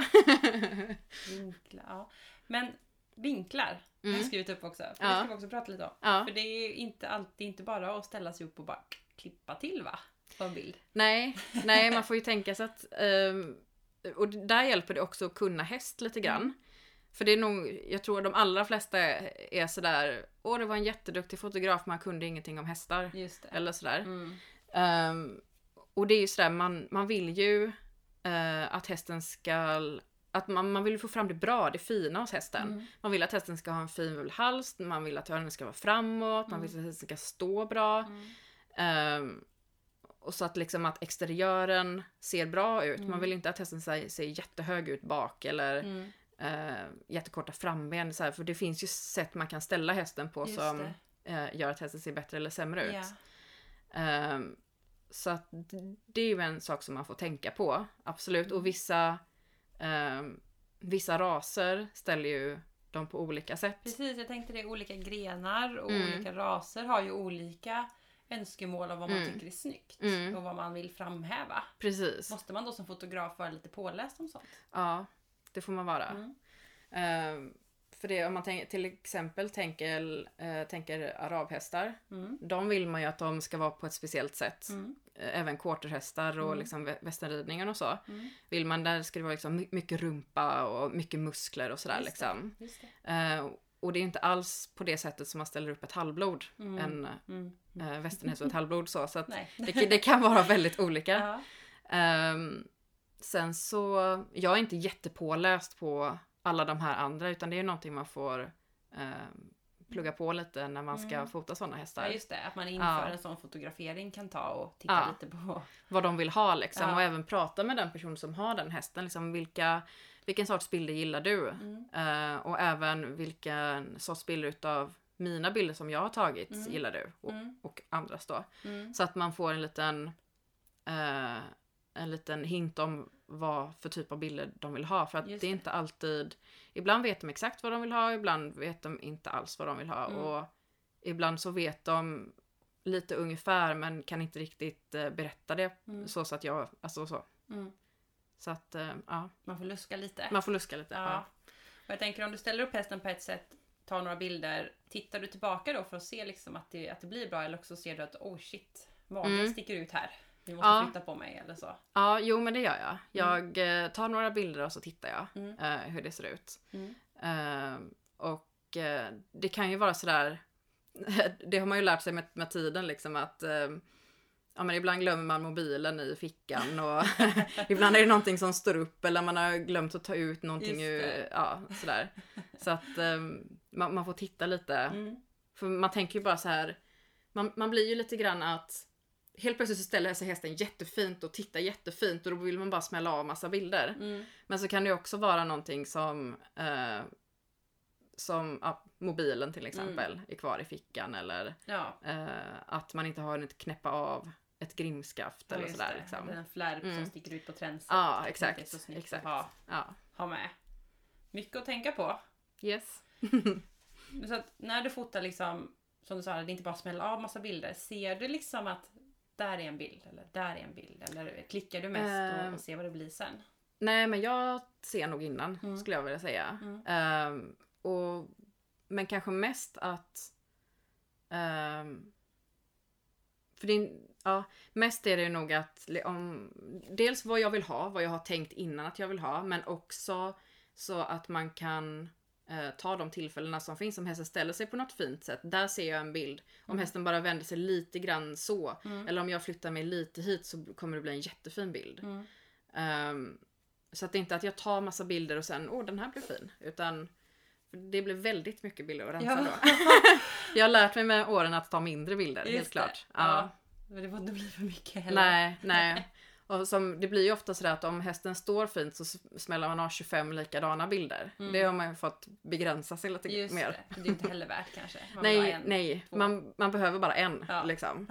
Vinklar, ja. Men vinklar har Mm. jag skrivit upp också. För Ja. Det ska vi också prata lite om. Ja. För det är ju inte alltid, inte bara att ställa sig upp och bara klippa till va? På en bild. Nej, nej, man får ju tänka sig att ehm, och där hjälper det också att kunna häst lite grann. Mm. För det är nog, jag tror de allra flesta är sådär, åh det var en jätteduktig fotograf, man kunde ingenting om hästar. Just det. Eller sådär. Mm. Ehm, och det är ju sådär, man, man vill ju eh, att hästen ska, att man, man vill ju få fram det bra, det fina hos hästen. Mm. Man vill att hästen ska ha en fin hals, man vill att den ska vara framåt, man vill att hästen ska stå bra. Mm. Ehm, och så att liksom att exteriören ser bra ut. Mm. Man vill inte att hästen ser, ser jättehög ut bak eller Mm. eh, jättekorta framben. Så här, för det finns ju sätt man kan ställa hästen på Just som det. eh, gör att hästen ser bättre eller sämre ut. Ja. Ehm, så att d- det är ju en sak som man får tänka på. Absolut. Mm. Och vissa, ehm, vissa raser ställer ju dem på olika sätt. Precis, jag tänkte det. Olika grenar och Mm. olika raser har ju olika önskemål om vad man Mm. tycker är snyggt. Mm. Och vad man vill framhäva. Precis. Måste man då som fotograf vara lite påläst om sånt? Ja, det får man vara. Mm. Ehm, för det, om man tänk, till exempel tänker, eh, tänker arabhästar. Mm. De vill man ju att de ska vara på ett speciellt sätt. Mm. Eh, Även quarterhästar och Mm. liksom vä- västernridningen och så. Mm. Vill man, där ska det vara liksom my- mycket rumpa och mycket muskler och sådär Just det, liksom. Just det. Eh, och det är inte alls på det sättet som man ställer upp ett halvblod. Mm. En Mm. eh, västernhäst och ett halvblod så. Så att Nej. det, det kan vara väldigt olika. Ja. Ehm, sen så, jag är inte jättepåläst på alla de här andra, utan det är någonting man får ehm, plugga på lite när man ska Mm. fota sådana hästar. Ja, just det. Att man inför Ja. en sån fotografering kan ta och titta Ja. lite på. Vad de vill ha liksom, Ja. och även prata med den person som har den hästen. Liksom, vilka, vilken sorts bilder gillar du? Mm. Eh, och även vilken sorts bilder utav mina bilder som jag har tagit Mm. gillar du? Och, Mm. och andras då. Mm. Så att man får en liten eh, en liten hint om vad för typ av bilder de vill ha. För att Just det är det. inte alltid, ibland vet de exakt vad de vill ha, ibland vet de inte alls vad de vill ha. Mm. Och ibland så vet de lite ungefär men kan inte riktigt eh, berätta det Mm. så, så att jag, alltså så. Mm. Så att, eh, ja. Man får luska lite. Man får luska lite. Ja. Ja. Och jag tänker om du ställer upp hästen på ett sätt, tar några bilder, tittar du tillbaka då för att se liksom att, det, att det blir bra, eller också ser du att oh shit, magen Mm. sticker ut här. Vi måste Ja. flytta på mig eller så. Ja, jo men det gör jag. Jag eh, tar några bilder och så tittar jag Mm. eh, hur det ser ut. Mm. Eh, och eh, det kan ju vara sådär, det har man ju lärt sig med, med tiden liksom att eh, ja, men ibland glömmer man mobilen i fickan och ibland är det någonting som står upp eller man har glömt att ta ut någonting ur, ja, sådär. Så att eh, man, man får titta lite. Mm. För man tänker ju bara så här, man, man blir ju lite grann att helt plötsligt så ställer sig hästen jättefint och tittar jättefint och då vill man bara smälla av massa bilder. Mm. Men så kan det också vara någonting som eh, som ja, mobilen till exempel Mm. är kvar i fickan eller Ja. eh, att man inte har hunnit knäppa av ett grimskaft Ja, eller just sådär det. liksom. Eller en flärp Mm. som sticker ut på tränset. Ja, Det är exakt. inte så snyggt Exakt. att ha, Ja. ha med. Mycket att tänka på. Yes. Så att när du fotar liksom, som du sa, det är inte bara smälla av massa bilder. Ser du liksom att där är en bild eller där är en bild? Eller klickar du mest och, och ser vad det blir sen? Nej, men jag ser nog innan Mm. skulle jag vilja säga. Mm. Ehm, och, men kanske mest att ehm, för din, ja, mest är det nog att om, dels vad jag vill ha, vad jag har tänkt innan att jag vill ha, men också så att man kan eh, ta de tillfällena som finns. Om hästen ställer sig på något fint sätt, där ser jag en bild. Om Mm. hästen bara vänder sig lite grann så, Mm. eller om jag flyttar mig lite hit så kommer det bli en jättefin bild. Mm. Ehm, så att det är inte att jag tar massa bilder och sen, åh den här blir fin. Utan det blir väldigt mycket bilder att rensa Ja. då. Jag har lärt mig med åren att ta mindre bilder, Just helt klart. det. Ja. Men det får inte bli för mycket heller. Nej, nej. Och som, det blir ju ofta sådär att om hästen står fint så s- smäller man av tjugofem likadana bilder. Mm. Det har man ju fått begränsa sig lite Just mer. det. Det är inte heller värt kanske. Man vill ha Nej, en, nej. två. Man, man behöver bara en, Ja. liksom.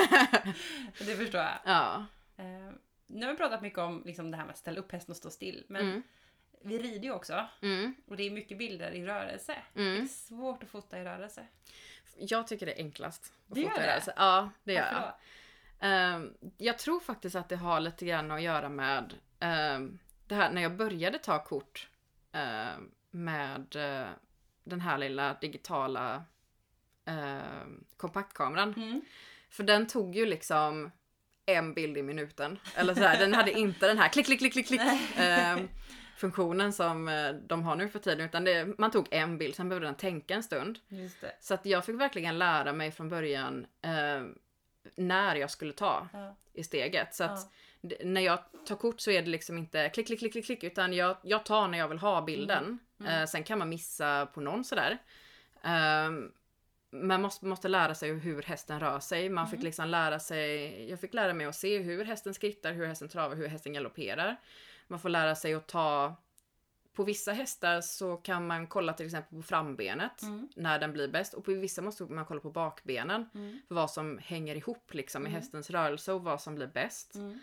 Det förstår jag. Ja. Eh, nu har vi pratat mycket om liksom, det här med att ställa upp hästen och stå still. Men Mm. vi rider ju också. Mm. Och det är mycket bilder i rörelse. Mm. Det är svårt att fota i rörelse. Jag tycker det är enklast. att Det gör fota i det? rörelse. Ja, det gör Varför jag. då? Ehm, jag tror faktiskt att det har lite grann att göra med ehm, det här när jag började ta kort ehm, med eh, den här lilla digitala ehm, kompaktkameran. Mm. För den tog ju liksom en bild i minuten. Eller sådär, den hade inte den här klick, klick, klick, klick, klick ehm, funktionen som eh, de har nu för tiden. Utan det, man tog en bild, sen behövde den tänka en stund. Just det. Så att jag fick verkligen lära mig från början eh, när jag skulle ta Ja. i steget. Så att Ja. d- när jag tar kort så är det liksom inte klick, klick, klick, klick, klick utan jag, jag tar när jag vill ha bilden. Mm. Mm. Eh, sen kan man missa på någon sådär. Eh, man måste, måste lära sig hur hästen rör sig. Man fick Mm. liksom lära sig, jag fick lära mig att se hur hästen skrittar, hur hästen travar, hur hästen galopperar. Man får lära sig att ta, på vissa hästar så kan man kolla till exempel på frambenet Mm. när den blir bäst och på vissa måste man kolla på bakbenen Mm. för vad som hänger ihop liksom i Mm. hästens rörelse och vad som blir bäst. Mm.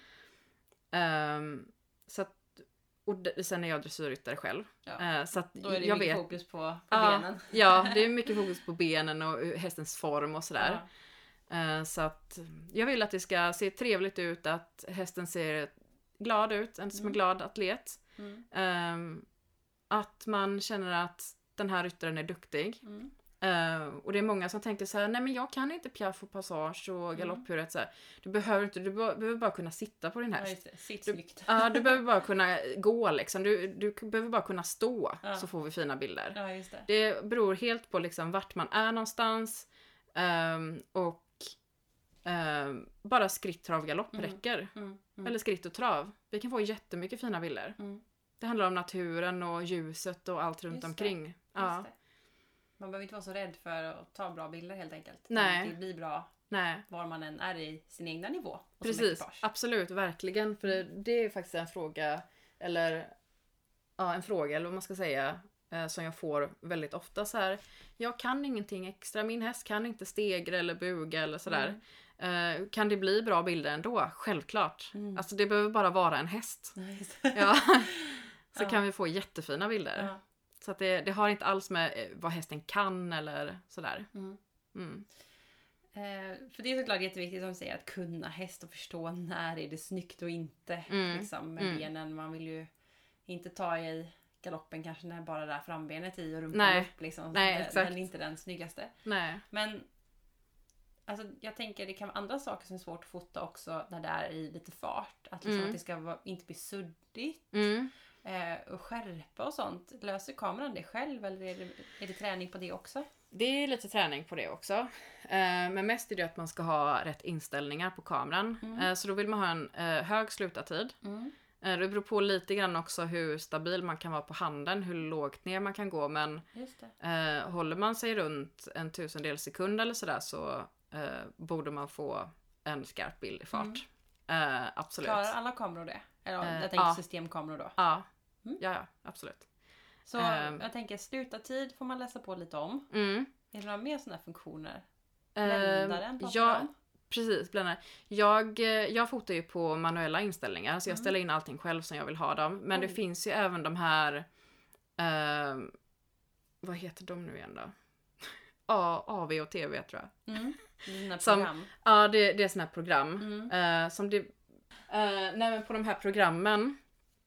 Ehm, så att, och d- sen är jag dressyrryttare själv. Ja. Eh, så att Då är det jag mycket vet. fokus på, på Ja, benen. ja, det är mycket fokus på benen och hur- hästens form och sådär. Ja. Eh, så att jag vill att det ska se trevligt ut, att hästen ser glad ut, en som är Mm. glad atlet. Mm. Ehm, att man känner att den här ryttaren är duktig. Mm. Uh, och det är många som tänker så här: nej men jag kan inte piaff och passage och Mm. galopphuret så här. Du behöver inte, du be- behöver bara kunna sitta på din Ja, häst. just det. Sitt Du- snyggt. Ja, du behöver bara kunna gå liksom. Du, du behöver bara kunna stå Ja. så får vi fina bilder. Ja, just det. Det beror helt på liksom vart man är någonstans. ehm, och ehm, bara skritt, trav, galopp Mm. räcker. Mm. Mm. Eller skritt och trav. Vi kan få jättemycket fina bilder. Mm. Det handlar om naturen och ljuset och allt runt Just det. omkring. Ja. Just det. Man behöver inte vara så rädd för att ta bra bilder helt enkelt. Nej. Det blir bra Nej. var man än är i sin egna nivå. Och som Precis, ekipage. absolut, verkligen. För det, det är faktiskt en fråga, eller ja, en fråga, eller vad man ska säga, eh, som jag får väldigt ofta så här. Jag kan ingenting extra, min häst kan inte stegra eller buga eller sådär. Eh, kan det bli bra bilder ändå? Självklart. Mm. Alltså det behöver bara vara en häst. Ja, just det. Ja. Så Ja. kan vi få jättefina bilder. Ja. Så att det, det har inte alls med eh, vad hästen kan eller sådär. Mm. Mm. Eh, för det är såklart jätteviktigt som du säger att kunna häst och förstå när är det snyggt och inte Mm. liksom, med Mm. benen. Man vill ju inte ta i galoppen kanske när bara där frambenet i och rumpan Nej. upp liksom. Nej, den, exakt. den är inte den snyggaste. Nej. Men alltså, jag tänker det kan vara andra saker som är svårt att fota också när det är i lite fart. Att, liksom, Mm. att det ska vara, inte bli suddigt. Mm. Eh, och skärpa och sånt. Löser kameran det själv eller är det, är det träning på det också? Det är lite träning på det också. Eh, men mest är det att man ska ha rätt inställningar på kameran. Mm. Eh, så då vill man ha en eh, hög slutartid. Mm. Eh, det beror på lite grann också hur stabil man kan vara på handen, hur lågt ner man kan gå. Men Just det. eh, håller man sig runt en tusendels sekund eller sådär så eh, borde man få en skarp bild i fart. Mm. Eh, absolut. Klarar alla kameror det? Eller Eh, jag tänker ja. systemkameror då. Ja. Mm. ja, ja, absolut. Så Ehm. jag tänker slutartid får man läsa på lite om. Mm. Är det några mer sådana här funktioner? Eh, Bländaren pratar ja, vi om. precis. Bländare. Jag, eh, jag fotar ju på manuella inställningar så jag Mm. ställer in allting själv som jag vill ha dem. Men Oj. det finns ju även de här eh, vad heter de nu igen då? Ja, A V och T V tror jag. Mm. Dina Som- program. Ja, det, det är såna här program. Mm. Eh, som det, eh, nej men på de här programmen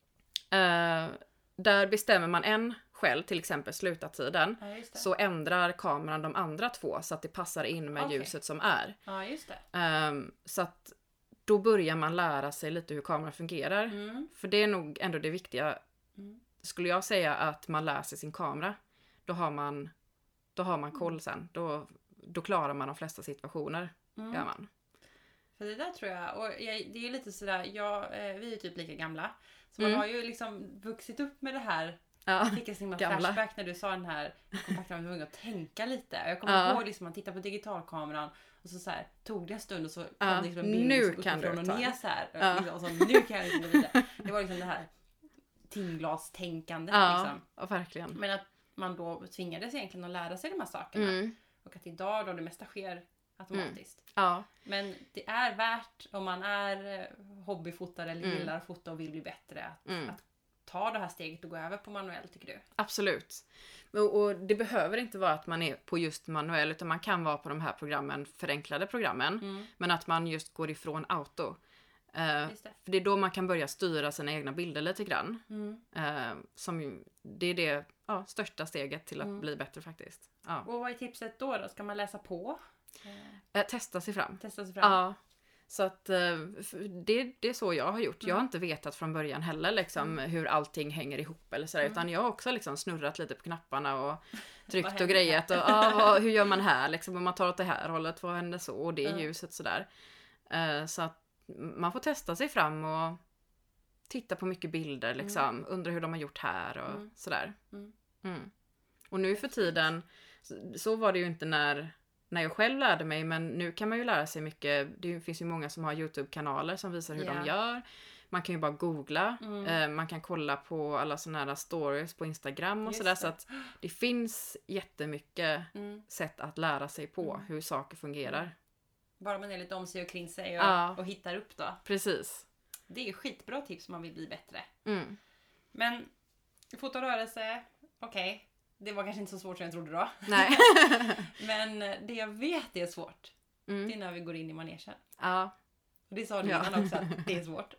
eh, där bestämmer man en själv, till exempel slutartiden. Ja, just det. Så ändrar kameran de andra två så att det passar in med Okej. ljuset som är. Ja, just det. Ehm, så att då börjar man lära sig lite hur kameran fungerar. Mm. För det är nog ändå det viktiga. Mm. Skulle jag säga att man lär sig sin kamera. Då har man, då har man koll sen. Då, då klarar man de flesta situationer. Mm. Gör man. För det där tror jag, och jag, det är ju lite sådär, jag, eh, vi är ju typ lika gamla. Så man Mm. har ju liksom vuxit upp med det här. Ja. Jag fick en himla Gamla. flashback när du sa den här kompakten med att tänka lite. Jag kommer Ja. ihåg liksom man tittar på digitalkameran och så, så här, tog det en stund och så kom Ja, det liksom en bild nu liksom kan du uppifrån ta. och ner så här. Ja. Liksom, och så, nu kan jag liksom gå vidare. Det var liksom det här timglastänkandet Ja, liksom. ja, verkligen. Men att man då tvingades egentligen att lära sig de här sakerna. Mm. Och att idag då det mesta sker automatiskt. Ja, Men det är värt, om man är eh, hobbyfotare eller Mm. gillar att fota och vill bli bättre, att, Mm. att ta det här steget och gå över på manuell, tycker du? absolut. Och, och det behöver inte vara att man är på just manuell utan man kan vara på de här programmen, förenklade programmen. Mm. Men att man just går ifrån auto. Eh, Just det. för det är då man kan börja styra sina egna bilder lite grann. Mm. Eh, som ju, det är det ja, största steget till att Mm. bli bättre faktiskt. Ja. Och vad är tipset då? då? Ska man läsa på? Eh, Eh, testa sig fram. testa sig fram? Ja. Så att eh, f- det, det är så jag har gjort. Jag har Mm. inte vetat från början heller liksom, hur allting hänger ihop eller sådär. Mm. Utan jag har också liksom snurrat lite på knapparna och Vad tryckt händer och grejat. Och, ja, vad, hur gör man här? Liksom, om man tar åt det här hållet, vad händer så? Och det Ja. ljuset sådär. Eh, så att man får testa sig fram och titta på mycket bilder liksom. Undra hur de har gjort här och Mm. sådär. Mm. Mm. Och nu för tiden, så, så var det ju inte när, när jag själv lärde mig, men nu kan man ju lära sig mycket. Det finns ju många som har YouTube-kanaler som visar hur Ja. de gör. Man kan ju bara googla. Mm. Eh, man kan kolla på alla såna här stories på Instagram och Just sådär. det. Så att det finns jättemycket Mm. sätt att lära sig på Mm. hur saker fungerar. Bara man är lite om sig och kring sig och, Ja. och hittar upp då. Precis. Det är skitbra tips om man vill bli bättre. Mm. Men fotorörelse, okej. Det var kanske inte så svårt som jag trodde då. Nej. Men det jag vet är svårt, det är Mm. när vi går in i manegen. Ja, Och det sa du Ja. innan också, att det är svårt.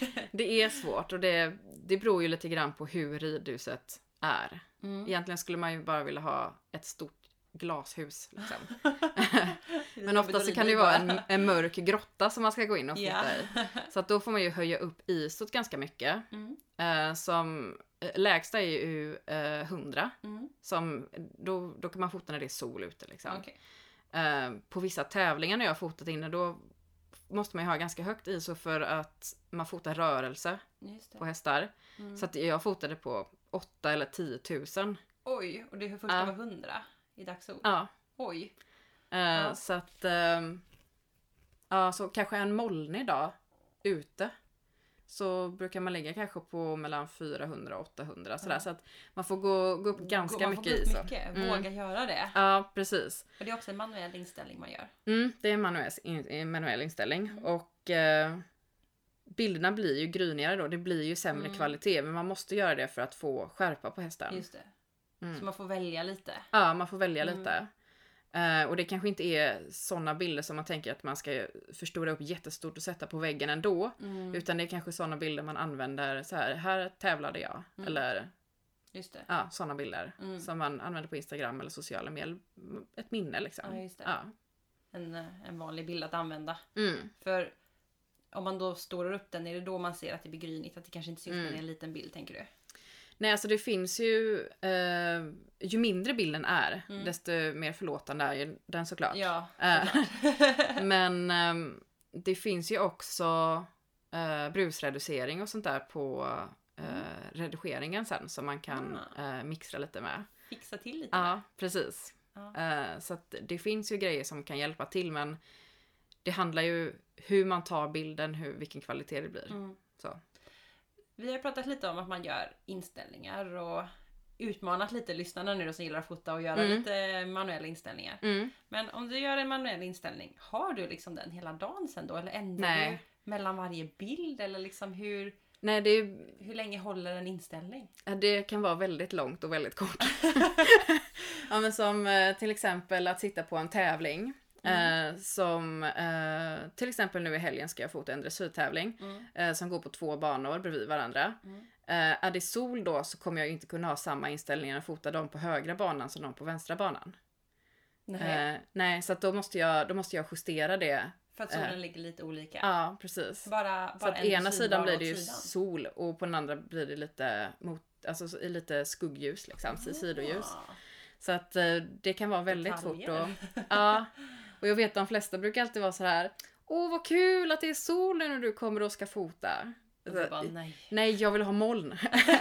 det är svårt och det, det beror ju lite grann på hur ridhuset är. Mm. Egentligen skulle man ju bara vilja ha ett stort glashus. Liksom. Det är Men ofta jobbigt så att kan det ju rida vara i bara. en, en mörk grotta som man ska gå in och fota Ja. i. Så att då får man ju höja upp isot ganska mycket. Mm. Eh, som, eh, lägsta är ju eh, hundra. Mm. Som, då, då kan man fota när det är sol ute. Liksom. Okej. Eh, på vissa tävlingar när jag har fotat inne då måste man ju ha ganska högt I S O för att man fotar rörelse Just det. på hästar. Mm. Så att jag fotade på åtta eller tio tusen. Oj, och det första Ja. var hundra i dagsol. Ja. Oj. Eh, Ja. Så att ehm, ja, så kanske en molnig dag ute så brukar man ligga kanske på mellan fyrahundra och åttahundra sådär. Ja. Så att man får gå, gå upp ganska man får mycket gå I upp S O. mycket. Mm. Våga göra det. Ja, precis. Och det är också en manuell inställning man gör. Mm, det är en manuell, en manuell inställning. Mm. Och eh, bilderna blir ju grynigare då. Det blir ju sämre Mm. kvalitet. Men man måste göra det för att få skärpa på hästen. Just det. Mm. Så man får välja lite. Ja, man får välja Mm. lite. Uh, och det kanske inte är sådana bilder som man tänker att man ska förstora upp jättestort och sätta på väggen ändå. Mm. Utan det är kanske sådana bilder man använder så här, här tävlade jag. Mm. Eller just det. Ja, sådana bilder Mm. som man använder på Instagram eller sociala medier. Ett minne liksom. Ja, just det. Ja. En, en vanlig bild att använda. Mm. För om man då står upp den, är det då man ser att det blir grynigt? Att det kanske inte syns Mm. när det är en liten bild, tänker du? Nej, alltså det finns ju, eh, ju mindre bilden är, Mm. desto mer förlåtande är ju den såklart. Ja, Eh, såklart. Men eh, det finns ju också eh, brusreducering och sånt där på eh, redigeringen sen som man kan Ah. eh, mixa lite med. Fixa till lite. Ja, precis. Ja. Eh, så att det finns ju grejer som kan hjälpa till, men det handlar ju hur man tar bilden, hur, vilken kvalitet det blir. Mm. Så. Vi har pratat lite om att man gör inställningar och utmanat lite lyssnarna nu då som gillar att fota och göra Mm. lite manuella inställningar. Mm. Men om du gör en manuell inställning, har du liksom den hela dagen sen då? Eller ändrar Nej. du mellan varje bild? Eller liksom hur, Nej, det, är, hur länge håller en inställning? det kan vara väldigt långt och väldigt kort. Ja, men som eh, till exempel att sitta på en tävling. Mm. Eh, som eh, till exempel nu i helgen ska jag fota en dressyrtävling Mm. eh, som går på två banor bredvid varandra. Mm. Eh, är det sol då så kommer jag inte kunna ha samma inställningar och fota dem på högra banan som de på vänstra banan. Nej, Eh, nej, så att då måste jag, då måste jag justera det. för att solen eh. ligger lite olika. Ja, precis. Bara, Så bara att en ena sidan blir åt det ju sidan. sol och på den andra blir det lite mot, alltså så- lite skuggljus liksom, så sidoljus. Ah. Så att eh, det kan vara väldigt Detaljer. fort och, ja. Och jag vet de flesta brukar alltid vara så här: åh vad kul att det är sol nu när du kommer och ska fota. Och du bara, nej. Nej, jag vill ha moln.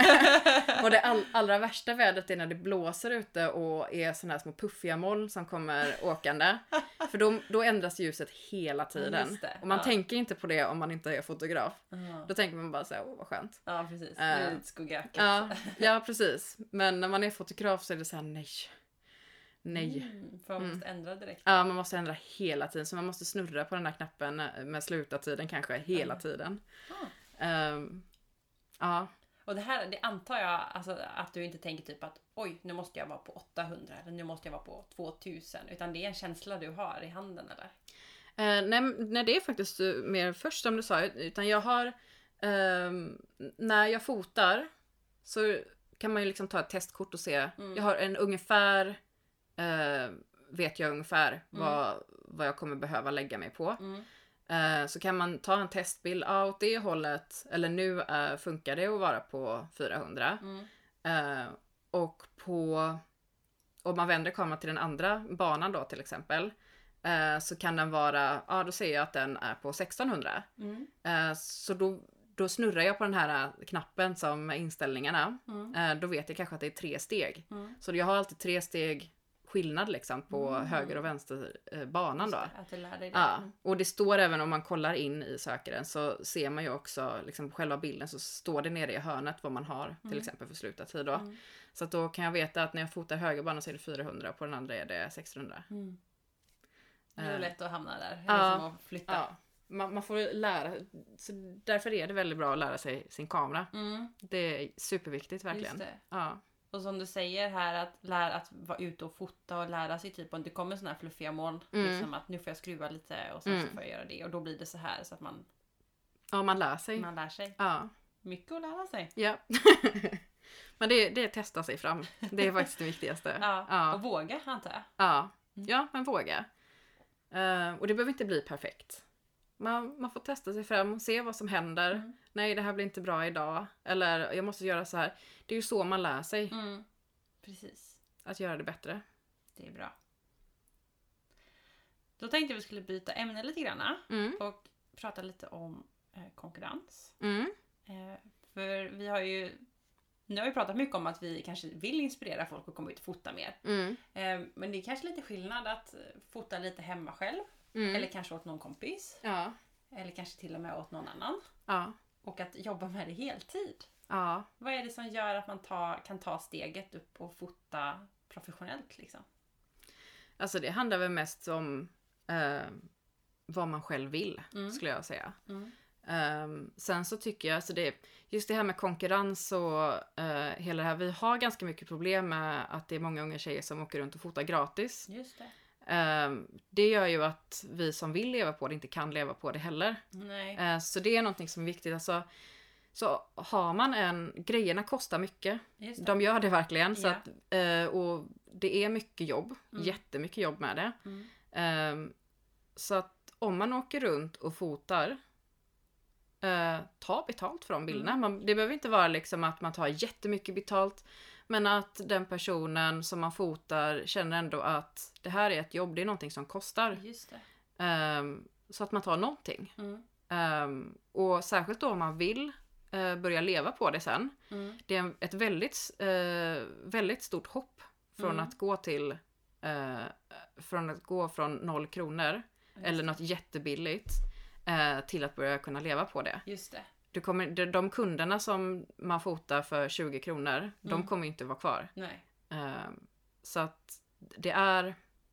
Och det all, allra värsta vädret är när det blåser ute och är såna här små puffiga moln som kommer åkande. För då, då ändras ljuset hela tiden. Just det, Och man ja. tänker inte på det om man inte är fotograf. Ja. Då tänker man bara så här, åh vad skönt. Ja, precis. Det är Eh, lite skuggökigt. Ja, ja, precis. Men när man är fotograf så är det så här, nej. Nej. Mm, för man måste ändra direkt. Ja, man måste ändra hela tiden. Så man måste snurra på den här knappen med slutartiden kanske hela Mm. tiden. Ah. Um, ja. Och det här, det antar jag alltså, att du inte tänker typ att oj, nu måste jag vara på åttahundra eller nu måste jag vara på tvåtusen. Utan det är en känsla du har i handen, eller? Uh, nej, nej, det är faktiskt uh, mer först som du sa. Utan jag har, um, när jag fotar så kan man ju liksom ta ett testkort och se. Mm. Jag har en ungefär, uh, vet jag ungefär Mm. vad, vad jag kommer behöva lägga mig på. Mm. Uh, så kan man ta en testbild, ja, åt det hållet, eller nu uh, funkar det att vara på fyrahundra. Mm. Uh, och på, om man vänder kameran till den andra banan då till exempel, uh, så kan den vara, ja då ser jag att den är på sextonhundra. Mm. Uh, så då, då snurrar jag på den här knappen som inställningarna. Mm. Uh, då vet jag kanske att det är tre steg. Mm. Så jag har alltid tre steg skillnad liksom på Mm. höger och vänster uh, banan då. Just det, att du lär dig det. Ja, och det står även om man kollar in i sökaren så ser man ju också liksom på själva bilden så står det nere i hörnet vad man har till Mm. exempel för slutartid då. Mm. Så att då kan jag veta att när jag fotar högerbanan så är det fyrahundra och på den andra är det sexhundra. Mm. Det är Eh, lätt att hamna där. ja, Liksom att flytta. Ja, man, man får lära, så därför är det väldigt bra att lära sig sin kamera. Mm. Det är superviktigt verkligen. Just det. Ja. Och som du säger här, att lära att vara ute och fota och lära sig typ om det kommer såna här fluffiga moln. Mm. Liksom att nu får jag skruva lite och sen Mm. så får jag göra det. Och då blir det så här så att man, ja, man lär sig. man lär sig. Ja. Mycket att lära sig. Ja. Men det, det är att testa sig fram. Det är faktiskt det viktigaste. Ja, Ja. och våga antar jag. Ja, Mm. ja men våga. Eh, och det behöver inte bli perfekt. Man, man får testa sig fram och se vad som händer. Mm. Nej, det här blir inte bra idag. Eller jag måste göra så här. Det är ju så man lär sig Mm. Precis. att göra det bättre. Det är bra. Då tänkte jag vi skulle byta ämne lite grann Mm. och prata lite om eh, konkurrens. Mm. Eh, för vi har ju nu har vi pratat mycket om att vi kanske vill inspirera folk att komma ut och fota mer. Mm. Eh, men det är kanske lite skillnad att eh, fota lite hemma själv. Mm. Eller kanske åt någon kompis. Ja. Eller kanske till och med åt någon annan. Ja. Och att jobba med det heltid. Ja. Vad är det som gör att man tar, kan ta steget upp och fota professionellt liksom? Alltså det handlar väl mest om eh, vad man själv vill, Mm. skulle jag säga. Mm. Um, sen så tycker jag, alltså det, just det här med konkurrens och uh, hela det här, vi har ganska mycket problem med att det är många unga tjejer som åker runt och fotar gratis. Just Um, det gör ju att vi som vill leva på det inte kan leva på det heller. Nej. Uh, så det är någonting som är viktigt. Alltså, så har man en... Grejerna kostar mycket. Just det. De gör det verkligen. Så Ja. att, uh, och det är mycket jobb. Mm. Jättemycket jobb med det. Mm. Um, så att om man åker runt och fotar, uh, ta betalt för de bilderna. Mm. Man, det behöver inte vara liksom att man tar jättemycket betalt. Men att den personen som man fotar känner ändå att det här är ett jobb, det är någonting som kostar. Just det. Um, så att man tar någonting. Mm. Um, och särskilt då om man vill uh, börja leva på det sen. Mm. Det är en- ett väldigt, uh, väldigt stort hopp från Mm. att gå till uh, från att gå från noll kronor Just eller det. något jättebilligt uh, till att börja kunna leva på det. Just det. Du kommer, de, de kunderna som man fotar för tjugo kronor, de Mm. kommer inte vara kvar. Nej. Um, så att det är...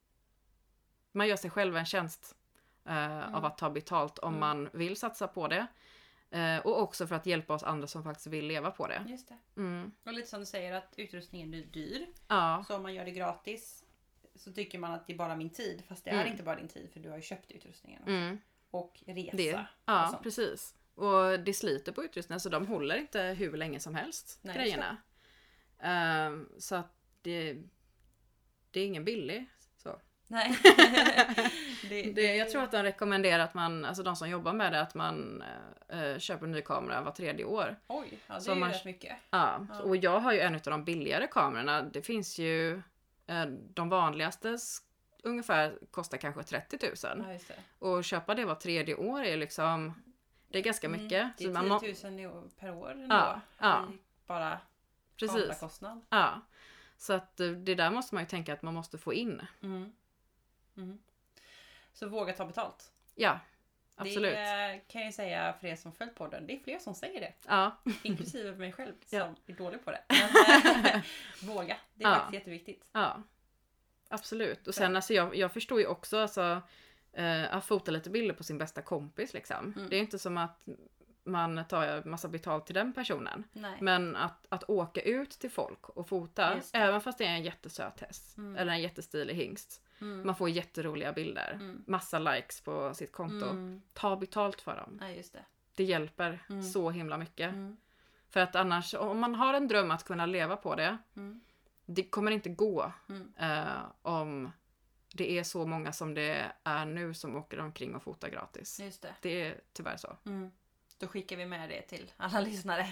Man gör sig själv en tjänst uh, Mm. av att ta betalt om Mm. man vill satsa på det. Uh, och också för att hjälpa oss andra som faktiskt vill leva på det. Just det. Mm. Och lite som du säger att utrustningen är dyr. Ja, Så om man gör det gratis så tycker man att det är bara min tid. Fast det är Mm. inte bara din tid för du har ju köpt utrustningen. mm, Och resa. det. och Ja, sånt. precis. Och det sliter på utrustningen så de håller inte hur länge som helst, Nej, grejerna. Um, så att det, det är ingen billig. Så. Nej. det, Det, jag tror att de rekommenderar att man, alltså de som jobbar med det, att man uh, köper en ny kamera var tredje år. Oj, ja, det Så är ju man- rätt mycket. Ja, Ja. och jag har ju en av de billigare kamerorna. Det finns ju, uh, de vanligaste s- ungefär kostar kanske trettio tusen. Ja, just det. Och köpa det var tredje år är liksom, det är ganska Mm, mycket. Det Så är man må- tio tusen i år- per år ändå. Ja, ja. I bara Precis. kamerakostnad. Ja. Så att uh, det där måste man ju tänka att man måste få in. Mm. Mm. Så våga ta betalt. Ja, absolut. Det kan jag säga för er som följt podden. Det är fler som säger det. Ja, Inklusive mig själv som Ja. är dålig på det. Men, eh, våga. Det är Ja. faktiskt jätteviktigt. ja. Absolut. Och sen alltså jag, jag förstår ju också alltså, eh, att fota lite bilder på sin bästa kompis liksom. Mm. Det är inte som att man tar massa betalt till den personen. Nej. Men att, att åka ut till folk och fota, Just det. även fast det är en jättesöt häst. Mm. Eller en jättestilig hingst. Mm. Man får jätteroliga bilder. Mm. Massa likes på sitt konto. Mm. Ta betalt för dem. Ja, just det. Det hjälper Mm. så himla mycket. Mm. För att annars, om man har en dröm att kunna leva på det. Mm. Det kommer inte gå Mm. eh, om det är så många som det är nu som åker omkring och fotar gratis. Just det. Det är tyvärr så. Mm. Då skickar vi med det till alla lyssnare.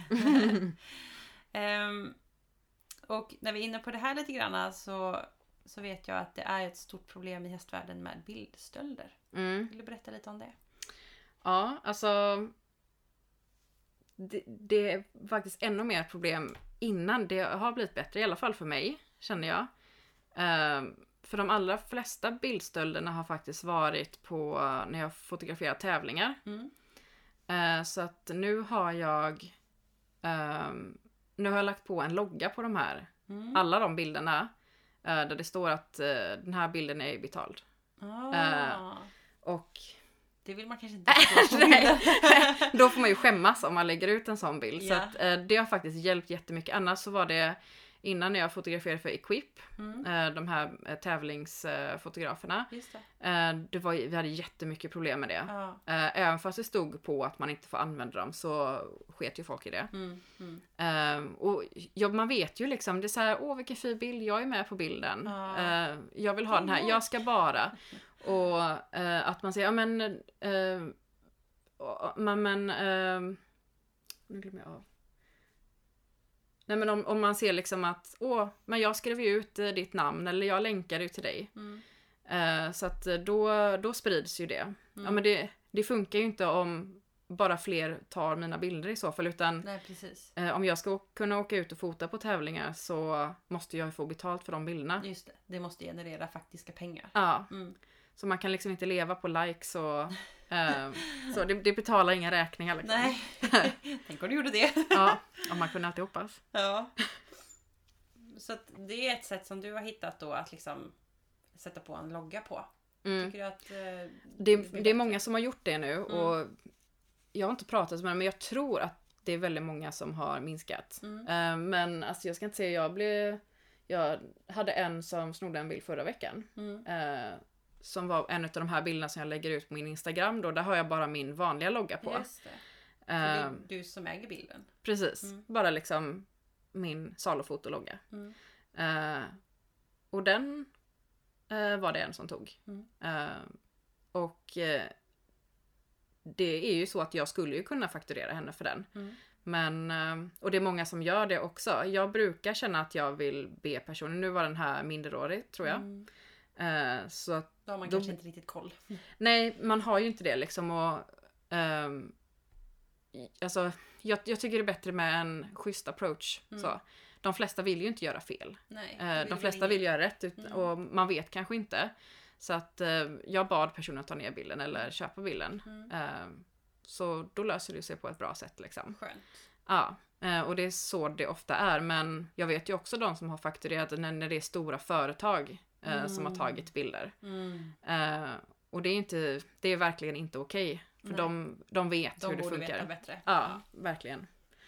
Ehm, och när vi är inne på det här lite grann så, så vet jag att det är ett stort problem i hästvärlden med bildstölder. Mm. Vill du berätta lite om det? Ja, alltså det, det är faktiskt ännu mer problem innan. Det har blivit bättre, i alla fall för mig, känner jag. Ehm, för de allra flesta bildstölderna har faktiskt varit på när jag fotograferar tävlingar. Mm. Eh, så att nu har jag ehm, nu har jag lagt på en logga på de här, Mm. alla de bilderna, eh, där det står att eh, den här bilden är betald. Ah. Eh, Och Det vill man kanske inte förstå på Nej. bilden. då får man ju skämmas om man lägger ut en sån bild. Så Ja. att, eh, det har faktiskt hjälpt jättemycket. Annars så var det innan när jag fotograferade för Equip, Mm. eh, de här eh, tävlingsfotograferna. Just det. Eh, det var, vi hade jättemycket problem med det. Ja. Eh, även fast det stod på att man inte får använda dem så sket ju folk i det. Mm. Mm. Eh, och ja, man vet ju liksom, det är så här, åh vilken fin bild, jag är med på bilden. Ja. Eh, jag vill ha den här, jag ska bara. Och eh, att man säger, ja men, eh, och- men, men eh, nu glömmer jag av. Nej men om, om man ser liksom att, åh, men jag skrev ju ut eh, ditt namn eller jag länkade ju till dig. Mm. Eh, så att eh, då, då sprids ju det. Mm. Ja men det, det funkar ju inte om bara fler tar mina bilder i så fall, utan Nej, precis. eh, om jag ska å- kunna åka ut och fota på tävlingar så måste jag få betalt för de bilderna. Just det. Det måste generera faktiska pengar. Ja, Mm. så man kan liksom inte leva på likes och eh, så det, det betalar inga räkningar liksom. Nej. Tänk om du gjorde det. Ja, om man kunde alltid hoppas. Ja. Så att det är ett sätt som du har hittat då att liksom sätta på en logga på. Mm. Tycker du att eh, Det, blir det är bättre? många som har gjort det nu och jag har inte pratat med dem men jag tror att det är väldigt många som har minskat. Mm. Eh, men alltså jag ska inte säga, jag blev, jag hade en som snodde en bild förra veckan. Mm. Eh, som var en av de här bilderna som jag lägger ut på min Instagram då, där har jag bara min vanliga logga på. Just det. För det är du som äger bilden. Precis, Mm. bara liksom min salufotologga. Mm. Uh, och den uh, var det en som tog. Mm. Uh, och uh, det är ju så att jag skulle ju kunna fakturera henne för den. Mm. Men, uh, och det är många som gör det också. Jag brukar känna att jag vill be personen, nu var den här minderårig tror jag. Mm. Uh, så att Då har man då, kanske inte riktigt koll. nej, man har ju inte det liksom. Och, um, alltså, jag, jag tycker det är bättre med en schysst approach. Mm. Så. De flesta vill ju inte göra fel. Nej, Uh, de flesta vill göra rätt ut, Mm. och man vet kanske inte. Så att uh, jag bad personen att ta ner bilden eller köpa bilden. Mm. Uh, så då löser det sig på ett bra sätt liksom. Skönt. Ja, uh, och det är så det ofta är. Men jag vet ju också de som har fakturerat när, när det är stora företag uh, Mm. som har tagit bilder. Mm. Uh, och det är, inte, det är verkligen inte okej. För Nej. de, de vet De hur det borde funkar. veta bättre. Ja, verkligen.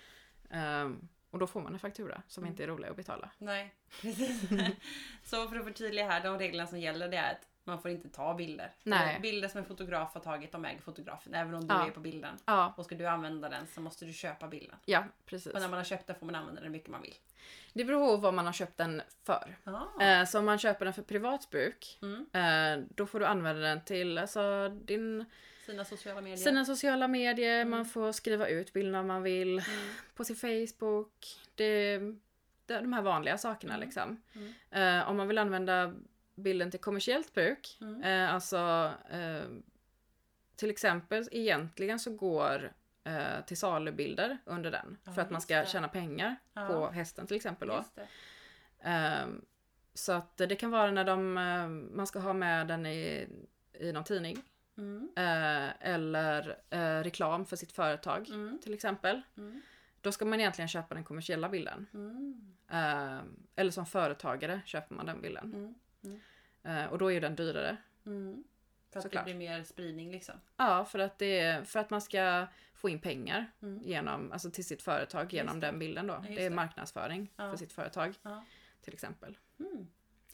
Um, och då får man en faktura som Mm. inte är rolig att betala. Nej, precis. Så för att förtydliga här, de reglerna som gäller det är att man får inte ta bilder. Nej. Bilder som en fotograf har tagit, de äger fotografen. Även om du Ja. är på bilden. Ja, Och ska du använda den så måste du köpa bilden. ja precis. Och när man har köpt den får man använda den mycket man vill. Det beror på vad man har köpt den för. Ah. Eh, så om man köper den för privat bruk, Mm. eh, då får du använda den till alltså, din, Sina sociala medier. sina sociala medier. Mm. Man får skriva ut bilderna om man vill. Mm. På sin Facebook. Det, det är de här vanliga sakerna Mm. liksom. Mm. Eh, om man vill använda bilden till kommersiellt bruk. Mm. Eh, alltså eh, till exempel egentligen så går eh, till salubilder under den. Ja, för att man just ska det. tjäna pengar Ja. på hästen till exempel då. Just det. Um, så att det kan vara när de, uh, man ska ha med den i, i någon tidning. Mm. Uh, eller uh, reklam för sitt företag Mm. till exempel. Mm. Då ska man egentligen köpa den kommersiella bilden. Mm. Uh, eller som företagare köper man den bilden. Mm. Uh, och då är ju den dyrare. Mm. För att Såklart. det blir mer spridning liksom. Ja, för att, det är, för att man ska få in pengar Mm. genom, alltså till sitt företag genom det. den bilden då. Just Det är det. marknadsföring Ja. för sitt företag Ja. till exempel. Mm.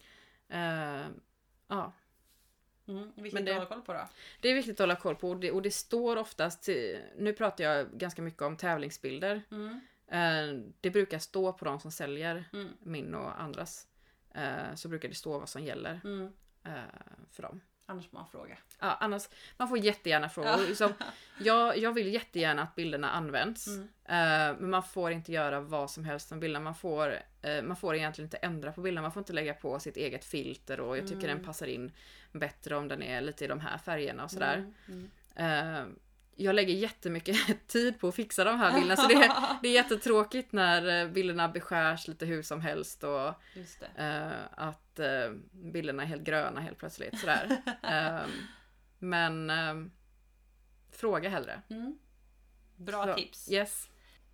Uh, ja. Mm. Vilket Men du det- håller koll på då? Det är viktigt att hålla koll på, och det, och det står oftast, nu pratar jag ganska mycket om tävlingsbilder. Mm. Eh, det brukar stå på de som säljer Mm. min och andras. Eh, så brukar det stå vad som gäller Mm. eh, för dem. Annars får man fråga. Ja, annars, man får jättegärna frågor. Ja. Liksom, jag, jag vill jättegärna att bilderna används. Mm. Eh, men man får inte göra vad som helst med bilderna. Man får, eh, man får egentligen inte ändra på bilderna. Man får inte lägga på sitt eget filter. Och jag tycker Mm. den passar in bättre om den är lite i de här färgerna och sådär. Mm. Mm. Eh, jag lägger jättemycket tid på att fixa de här bilderna. Så det, är- det är jättetråkigt när eh, bilderna beskärs lite hur som helst. Och Just det. eh, att eh, bilderna är helt gröna helt plötsligt. Sådär. Eh, men eh, fråga hellre. Mm. Bra Så, tips. Yes.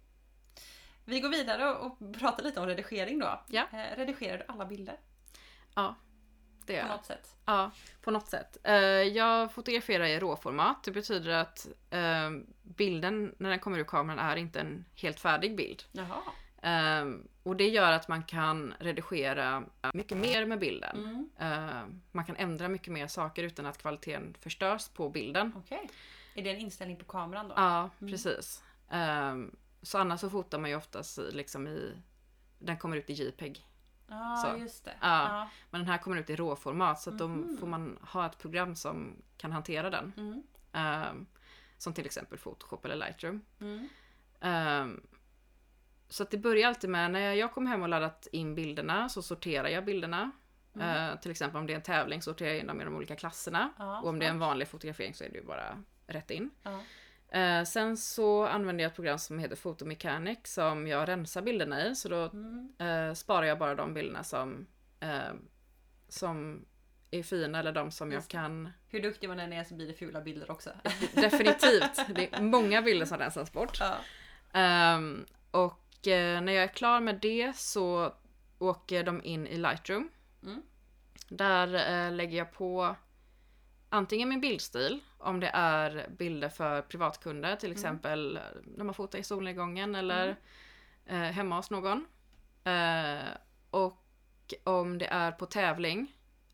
Vi går vidare och och pratar lite om redigering då. Ja. Eh, redigerar du alla bilder Ja, det på är jag. något sätt? Ja, på något sätt. Eh, jag fotograferar i råformat. Det betyder att eh, bilden när den kommer ur kameran är inte en helt färdig bild. Jaha. Eh, och det gör att man kan redigera mycket mer med bilden. Mm. Eh, man kan ändra mycket mer saker utan att kvaliteten förstörs på bilden. Okej. Är det en inställning på kameran då? Ja, Mm. precis. Eh, så annars så fotar man ju oftast i, liksom i, den kommer ut i JPEG. Ja, Så. just det. Ja. Men den här kommer ut i råformat, så att Mhm. då får man ha ett program som kan hantera den. Mm. Um, som till exempel Photoshop eller Lightroom. Mm. Um, så att det börjar alltid med, när jag kommer hem och laddat in bilderna så sorterar jag bilderna. Mm. Uh, till exempel om det är en tävling så sorterar jag in dem i de olika klasserna. Ja, och om det är en smart. vanlig fotografering så är det ju bara rätt in. Ja. Uh, sen så använder jag ett program som heter Photomechanic som jag rensar bilderna i. Så då Mm. uh, sparar jag bara de bilderna som, uh, som är fina eller de som jag Just det. kan. Hur duktig man än är så blir det fula bilder också. Definitivt. Det är många bilder som rensas bort. Ja. Um, och eh, när jag är klar med det så åker de in i Lightroom. Mm. Där eh, lägger jag på antingen min bildstil, om det är bilder för privatkunder, till exempel när man fotar i solnedgången eller eh, hemma hos någon. Eh, och om det är på tävling,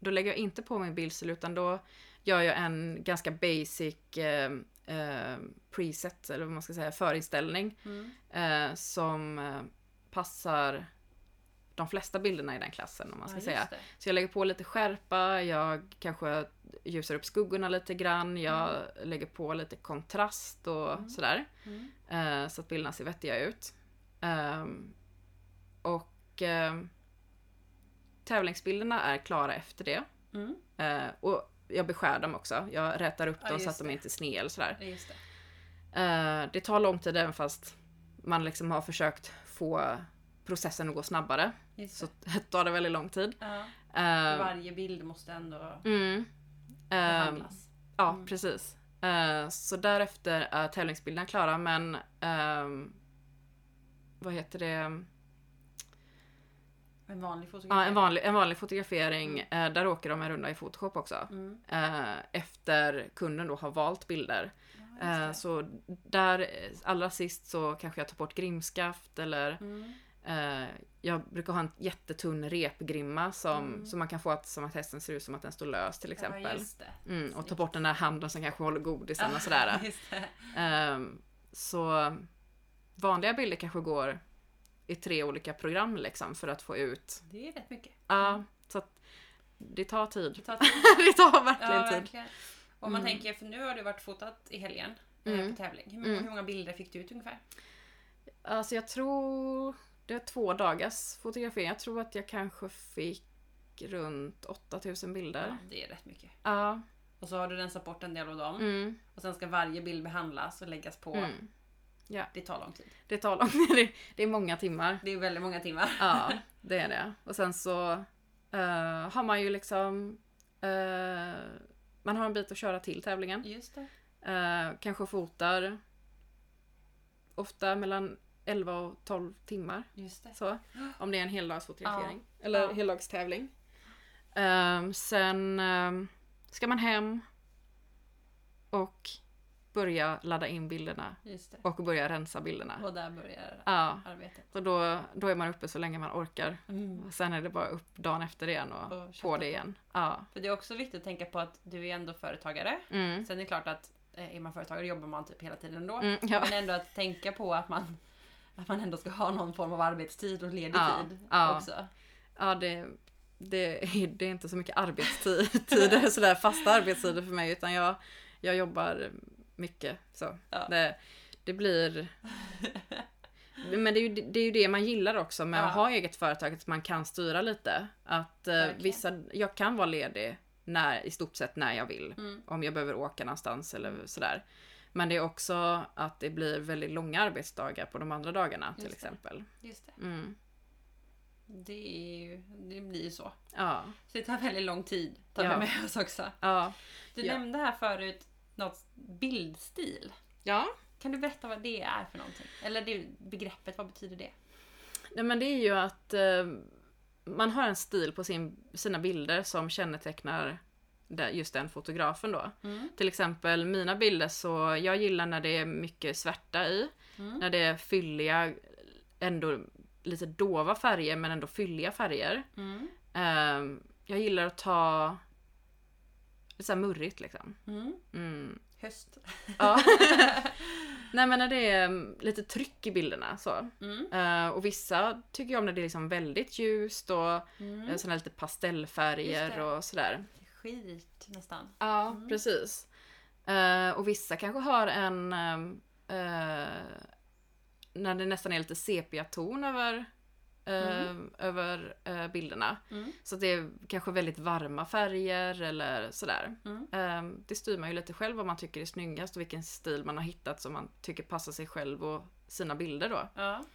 då lägger jag inte på min bildstil, utan då gör jag en ganska basic eh, eh, preset, eller vad man ska säga, förinställning Mm. eh, som eh, passar de flesta bilderna i den klassen, om man ska Ja, just säga. det. Så jag lägger på lite skärpa, jag kanske ljusar upp skuggorna lite grann, jag Mm. lägger på lite kontrast och Mm. sådär. Mm. Eh, så att bilderna ser vettiga ut. Um, och um, tävlingsbilderna är klara efter det. Mm. Uh, och jag beskär dem också. Jag rätar upp Ja, dem så just att de det. inte är sned eller sådär. Ja, just det. Uh, det tar lång tid även fast man liksom har försökt få processen att gå snabbare. Just Så det. tar det väldigt lång tid. Ja. Uh, Varje bild måste ändå mm, uh, behandlas. ja, Mm. precis. Uh, så därefter är tävlingsbilderna klara, men um, vad heter det? En vanlig fotografering. Ja, en vanlig, en vanlig fotografering. Eh, där åker de en runda i Photoshop också. Mm. Eh, efter kunden då har valt bilder. Ja, Eh, just det. så där, eh, allra sist så kanske jag tar bort grimskaft. Eller Mm. eh, jag brukar ha en jättetunn repgrimma som, Mm. så man kan få att, som att hästen ser ut som att den står lös till Ja, exempel. just det. Mm, och ta Snyggt. bort den där handen som kanske håller godisen Ja, och sådär. just det. Ehm, så vanliga bilder kanske går i tre olika program liksom för att få ut. Det är rätt mycket. Ja, så att det tar tid. Det tar tid. Det tar verkligen Ja, tid. verkligen. Om man Mm. tänker, för nu har du varit fotat i helgen eh, Mm. på tävling. Hur, många- Mm. hur många bilder fick du ut ungefär? Alltså jag tror det är två dagars fotografering. Jag tror att jag kanske fick runt åtta tusen bilder. Ja, det är rätt mycket. Ja. Och så har du rensat bort en del av dem. Mm. Och sen ska varje bild behandlas och läggas på. Mm. Ja. Det tar lång tid. Det tar lång det, det är många timmar. Det är väldigt många timmar. Ja, det är det. Och sen så eh, har man ju liksom eh, man har en bit att köra till tävlingen. Just det. Eh, kanske fotar ofta mellan elva och tolv timmar. Just det. Så, om det är en heldagsfotografering. Ja. Eller Ja. heldagstävling. Um, sen um, ska man hem och börja ladda in bilderna. Just det. Och börja rensa bilderna. Och där börjar Ja, arbetet. så då, då är man uppe så länge man orkar. Mm. Sen är det bara upp dagen efter igen och, Och kötta på det på. igen. Ja. För det är också viktigt att tänka på att du är ändå företagare. Mm. Sen är det klart att eh, är man företagare jobbar man typ hela tiden ändå. Mm, ja. Men ändå att tänka på att man, att man ändå ska ha någon form av arbetstid och ledig Ja, tid ja. också. Ja, det, det, är, det är inte så mycket arbetstider, sådär fasta arbetstider för mig, utan jag, jag jobbar mycket. Så. Ja. Det, det blir... Men det är, ju, det är ju det man gillar också med Ja. att ha eget företag, att man kan styra lite. Att eh, Verkligen. vissa, jag kan vara ledig när, i stort sett när jag vill. Mm. Om jag behöver åka någonstans eller sådär. Men det är också att det blir väldigt långa arbetsdagar på de andra dagarna till Just det. exempel. Just det. Mm. Det, är ju, det blir ju så. Ja. Så det tar väldigt lång tid. Tar Ja. vi med oss också. Ja. Du Ja. nämnde här förut något bildstil. Ja. Kan du berätta vad det är för någonting? Eller det begreppet, vad betyder det? Nej, men det är ju att eh, man har en stil på sin, sina bilder som kännetecknar det, just den fotografen då. Mm. Till exempel mina bilder, så jag gillar när det är mycket svärta i. Mm. När det är fylliga, ändå lite dova färger men ändå fylliga färger. Mm. Eh, jag gillar att ta lite så här murrigt liksom. Mm. Mm. Höst. Ja. Nej, men när det är mm, lite tryck i bilderna så. Mm. Eh, och vissa tycker jag om när det är liksom väldigt ljust och Mm. mm. såna lite pastellfärger Just det. och sådär. Skit nästan. Ja, Mm. precis. Eh, och vissa kanske har en ehm, eh, när det nästan är lite sepia-ton över eh, över eh, bilderna. Mm. Så att det är kanske väldigt varma färger eller sådär. Mm. Eh, det styr man ju lite själv vad man tycker är snyggast och vilken stil man har hittat som man tycker passar sig själv och sina bilder då. Ja.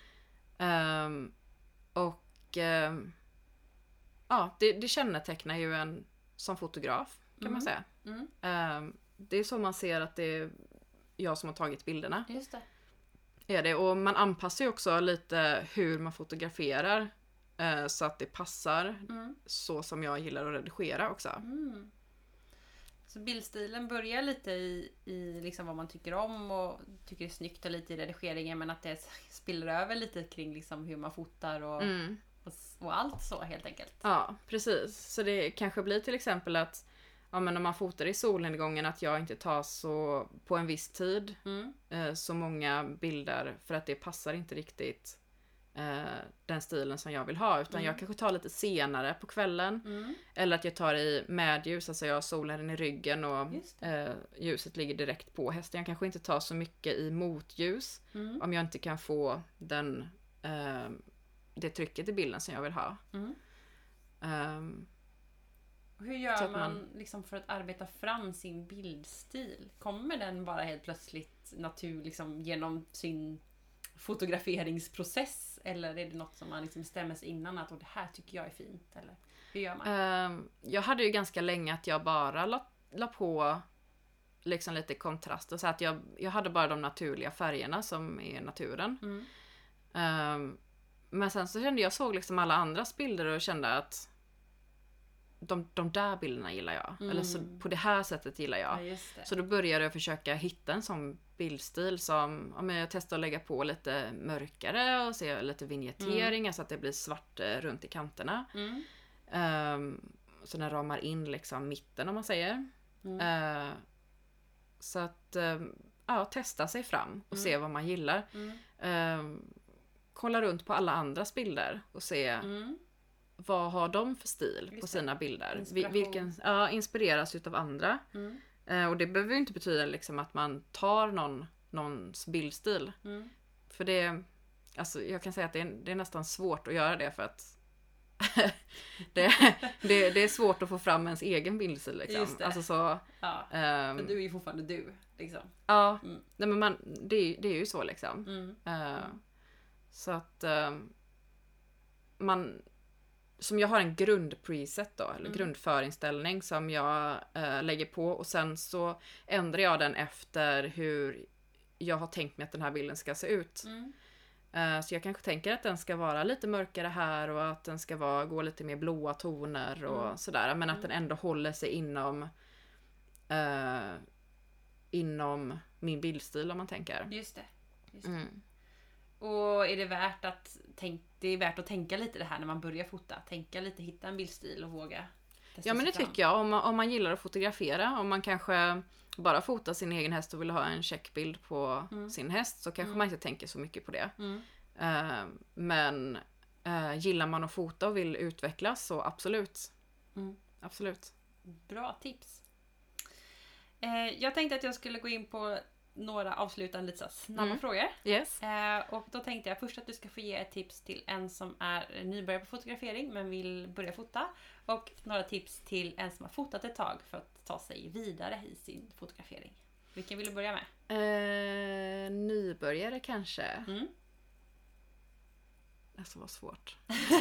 Ehm, och ehm, ja, det, det kännetecknar ju en som fotograf kan Mm. man säga. Mm. Ehm, det är så man ser att det är jag som har tagit bilderna. Just det. Är det. Och man anpassar ju också lite hur man fotograferar eh, så att det passar Mm. så som jag gillar att redigera också. Mm. Så bildstilen börjar lite i, i liksom vad man tycker om och tycker är snyggt och lite i redigeringen, men att det spiller över lite kring liksom hur man fotar och, Mm. och, och allt så helt enkelt. Ja, precis. Så det kanske blir till exempel att ja, men om man fotar i solnedgången att jag inte tar så på en viss tid Mm. eh, så många bilder för att det passar inte riktigt eh, den stilen som jag vill ha. Utan Mm. jag kanske tar lite senare på kvällen. Mm. Eller att jag tar i medljus, alltså jag har solen i ryggen och Just eh, ljuset ligger direkt på hästen. Jag kanske inte tar så mycket i motljus Mm. om jag inte kan få den, eh, det trycket i bilden som jag vill ha. Mm. Um, Hur gör Så att man, man- liksom för att arbeta fram sin bildstil? Kommer den bara helt plötsligt natur liksom, genom sin fotograferingsprocess? Eller är det något som man liksom bestämmer sig innan att och det här tycker jag är fint? Eller hur gör man? um, jag hade ju ganska länge att jag bara la, la på liksom lite kontraster. Så att jag, jag hade bara de naturliga färgerna som är naturen. Mm. Um, men sen så kände jag såg liksom alla andras bilder och kände att de, de där bilderna gillar jag. Mm. Eller så, på det här sättet gillar jag. Ja, just det. Så då började jag försöka hitta en sån bildstil som, ja, men jag testar att lägga på lite mörkare och se lite vignettering, Mm. så att det blir svart eh, runt i kanterna. Mm. Um, så den ramar in liksom mitten om man säger. Mm. Uh, så att um, ja, testa sig fram och Mm. se vad man gillar. Mm. Um, kolla runt på alla andras bilder och se Mm. vad har de för stil Just på det. sina bilder. Vi- Inspiration. Vilken, ja, inspireras utav andra. Mm. Eh, och det behöver ju inte betyda liksom att man tar någon, någons bildstil. Mm. För det, alltså jag kan säga att det är, det är nästan svårt att göra det för att det, det, det är svårt att få fram ens egen bildstil liksom. Just det. Alltså så, Ja, ehm, men du är ju fortfarande du. Liksom. ja, Mm. nej men man, det, är- det är ju så liksom. Mm. Eh, Mm. Så att ehm, man, som jag har en grundpreset då, eller Mm. grundförinställning som jag eh, lägger på och sen så ändrar jag den efter hur jag har tänkt mig att den här bilden ska se ut. Mm. Eh, så jag kanske tänker att den ska vara lite mörkare här och att den ska vara, gå lite mer blåa toner och Mm. sådär, men att Mm. den ändå håller sig inom eh, inom min bildstil om man tänker. Just det. Just det. Mm. Och är det värt att tänk, det är värt att tänka lite det här när man börjar fota? Tänka lite, hitta en bildstil och våga testa Ja men det sig fram. tycker jag, om man, om man gillar att fotografera, om man kanske bara fotar sin egen häst och vill ha en checkbild på Mm. sin häst, så kanske Mm. man inte tänker så mycket på det. Mm. Eh, men eh, gillar man att fota och vill utvecklas, så absolut. Mm. Absolut. Bra tips. Eh, jag tänkte att jag skulle gå in på några avslutande lite så här snabba Mm. frågor. Yes. Eh, och då tänkte jag först att du ska få ge ett tips till en som är nybörjare på fotografering men vill börja fota. Och några tips till en som har fotat ett tag för att ta sig vidare i sin fotografering. Vilken vill du börja med? Eh, nybörjare kanske. Mm. Alltså vad svårt.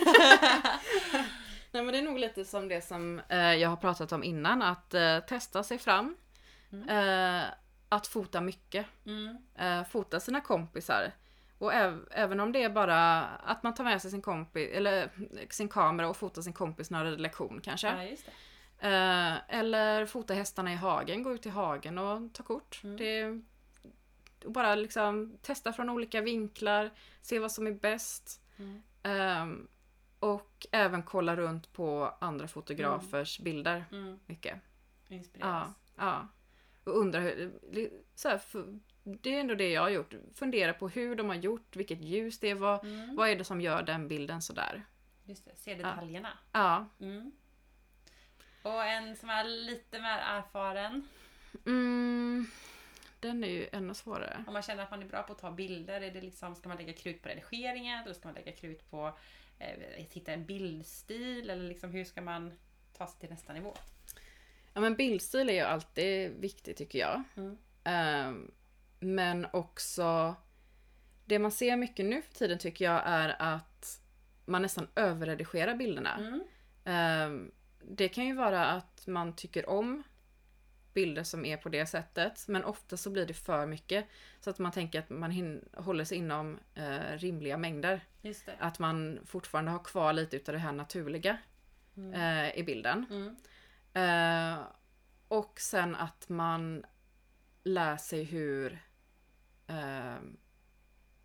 Nej men det är nog lite som det som eh, jag har pratat om innan, att eh, testa sig fram. Mm. Eh, att fota mycket. Mm. Eh, fota sina kompisar. Och äv- även om det är bara att man tar med sig sin kompis eller sin kamera och fotar sin kompis när det är lektion kanske. Ja, just det. Eh, eller fota hästarna i hagen, gå ut i hagen och ta kort. Mm. Det är, och bara liksom testa från olika vinklar, se vad som är bäst. Mm. Ehm, och även kolla runt på andra fotografers bilder Mm. mycket. Inspireras. Ja, ja. Och undra hur, så här, för, det är ändå det jag har gjort. Fundera på hur de har gjort, vilket ljus det är, vad, Mm. vad är det som gör den bilden sådär. Just det, se detaljerna. Ja. Mm. Och en som är lite mer erfaren. Mm, den är ju ännu svårare. Om man känner att man är bra på att ta bilder, är det liksom, ska man lägga krut på redigeringen eller ska man lägga krut på eh, hitta en bildstil eller liksom, hur ska man ta sig till nästa nivå? Ja men bildstil är ju alltid viktigt tycker jag. Mm. Ehm, men också det man ser mycket nu för tiden tycker jag är att man nästan överredigerar bilderna. Mm. Ehm, det kan ju vara att man tycker om bilder som är på det sättet, men ofta så blir det för mycket så att man tänker att man hin- håller sig inom eh, rimliga mängder. Just det. Att man fortfarande har kvar lite utav det här naturliga Mm. eh, i bilden. Mm. Eh, och sen att man lär sig hur eh,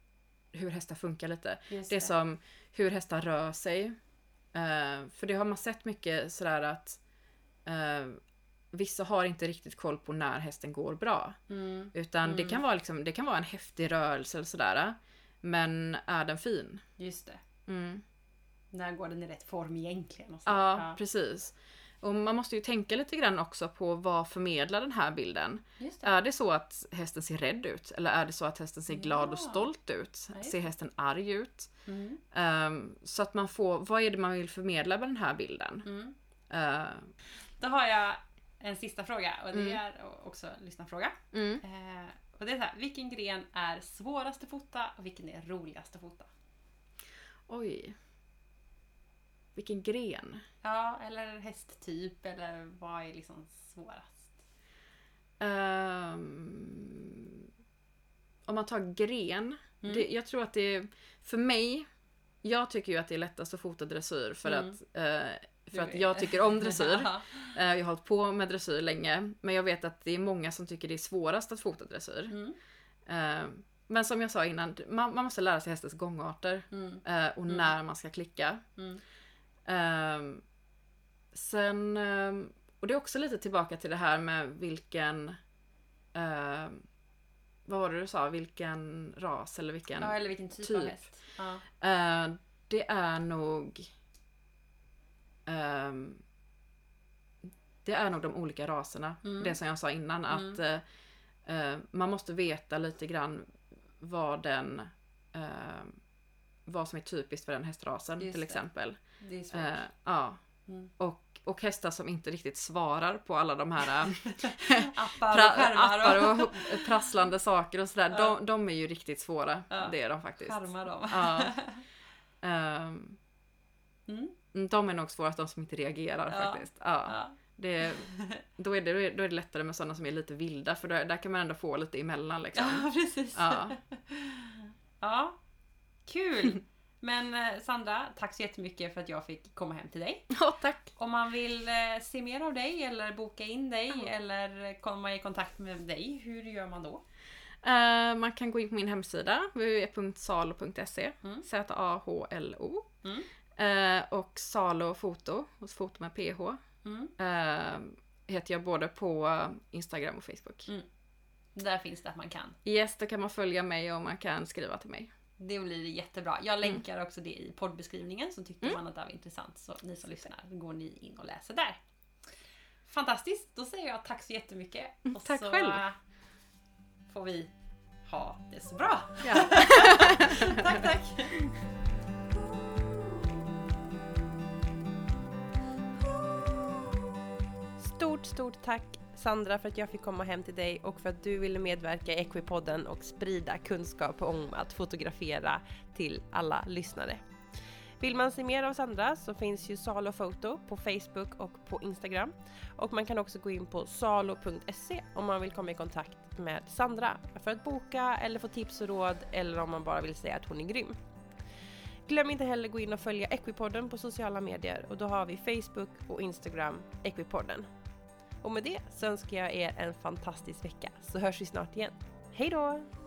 hur hästar funkar lite. Just det är det. som hur hästar rör sig. Uh, för det har man sett mycket sådär att uh, vissa har inte riktigt koll på när hästen går bra. Mm. Utan Mm. det kan vara liksom, det kan vara en häftig rörelse eller sådär. Men är den fin? Just det. Mm. När går den i rätt form egentligen? Och så. Ja, Ja, precis. Och man måste ju tänka lite grann också på vad förmedlar den här bilden. Just det. Är det så att hästen ser rädd ut? Eller är det så att hästen ser glad Ja. och stolt ut? Nej. Ser hästen arg ut? Mm. Um, så att man får, vad är det man vill förmedla med den här bilden? Mm. Uh, Då har jag en sista fråga och det Mm. är också en lyssnarfråga. mm. Eh, och det är så här, vilken gren är svårast att fota och vilken är roligast att fota? Oj. Vilken gren. Ja, eller hästtyp eller vad är liksom svårast? Um, om man tar gren. Mm. Det, jag tror att det är, för mig, jag tycker ju att det är lättast att fota dressyr för Mm. att eh, för Du att är- jag tycker om dressyr. Ja. Eh, jag har hållit på med dressyr länge, men jag vet att det är många som tycker det är svårast att fota dressyr. Mm. Eh, men som jag sa innan, man, man måste lära sig hästens gångarter Mm. eh, och Mm. när man ska klicka. Mm. Eh, sen, eh, och det är också lite tillbaka till det här med vilken, eh, vad var det du sa, vilken ras eller vilken, Ja, eller vilken typ, av typ. häst. Ja. eh, det är nog ehm, det är nog de olika raserna. Mm. Det som jag sa innan, Mm. att eh, eh, man måste veta lite grann vad den eh, vad som är typiskt för den hästrasen Just till det. exempel. Det är svårt. Eh, ja. Mm. Och, och hästar som inte riktigt svarar på alla de här eh, Appar pra- och skärmar appar och, och prasslande saker och sådär. Ja. De, de är ju riktigt svåra. Ja. Det är de faktiskt. skärmar dem. Ja. Ehm, Mm. de är nog svårast, de som inte reagerar Ja. faktiskt. Ja. Ja. Det, då, är det, då är det lättare med sådana som är lite vilda, för där, där kan man ändå få lite emellan liksom. Ja, precis. Ja. Ja, kul! Men eh, Sandra, tack så jättemycket för att jag fick komma hem till dig. Ja, tack. Om man vill eh, se mer av dig eller boka in dig Ja. eller komma i kontakt med dig, hur gör man då? Eh, man kan gå in på min hemsida w w w punkt salo punkt se Mm. Z A H L O Mm. eh, och Salo Foto, hos foto med P H, Mm. eh, heter jag både på Instagram och Facebook. Mm. Där finns det att man kan. Yes, då kan man följa mig och man kan skriva till mig. Det blir jättebra. Jag länkar också det i poddbeskrivningen, så tycker Mm. man att det var intressant. Så ni som lyssnar, då går ni in och läser där. Fantastiskt! Då säger jag tack så jättemycket. Och tack så själv. äh, får vi ha det så bra. Ja. Tack, tack! Stort, stort tack Sandra för att jag fick komma hem till dig och för att du ville medverka i Equipodden och sprida kunskap om att fotografera till alla lyssnare. Vill man se mer av Sandra så finns ju Salo Foto på Facebook och på Instagram. Och man kan också gå in på salo punkt se om man vill komma i kontakt med Sandra för att boka eller få tips och råd, eller om man bara vill säga att hon är grym. Glöm inte heller gå in och följa Equipodden på sociala medier, och då har vi Facebook och Instagram Equipodden. Och med det så önskar jag er en fantastisk vecka, så hörs vi snart igen. Hej då!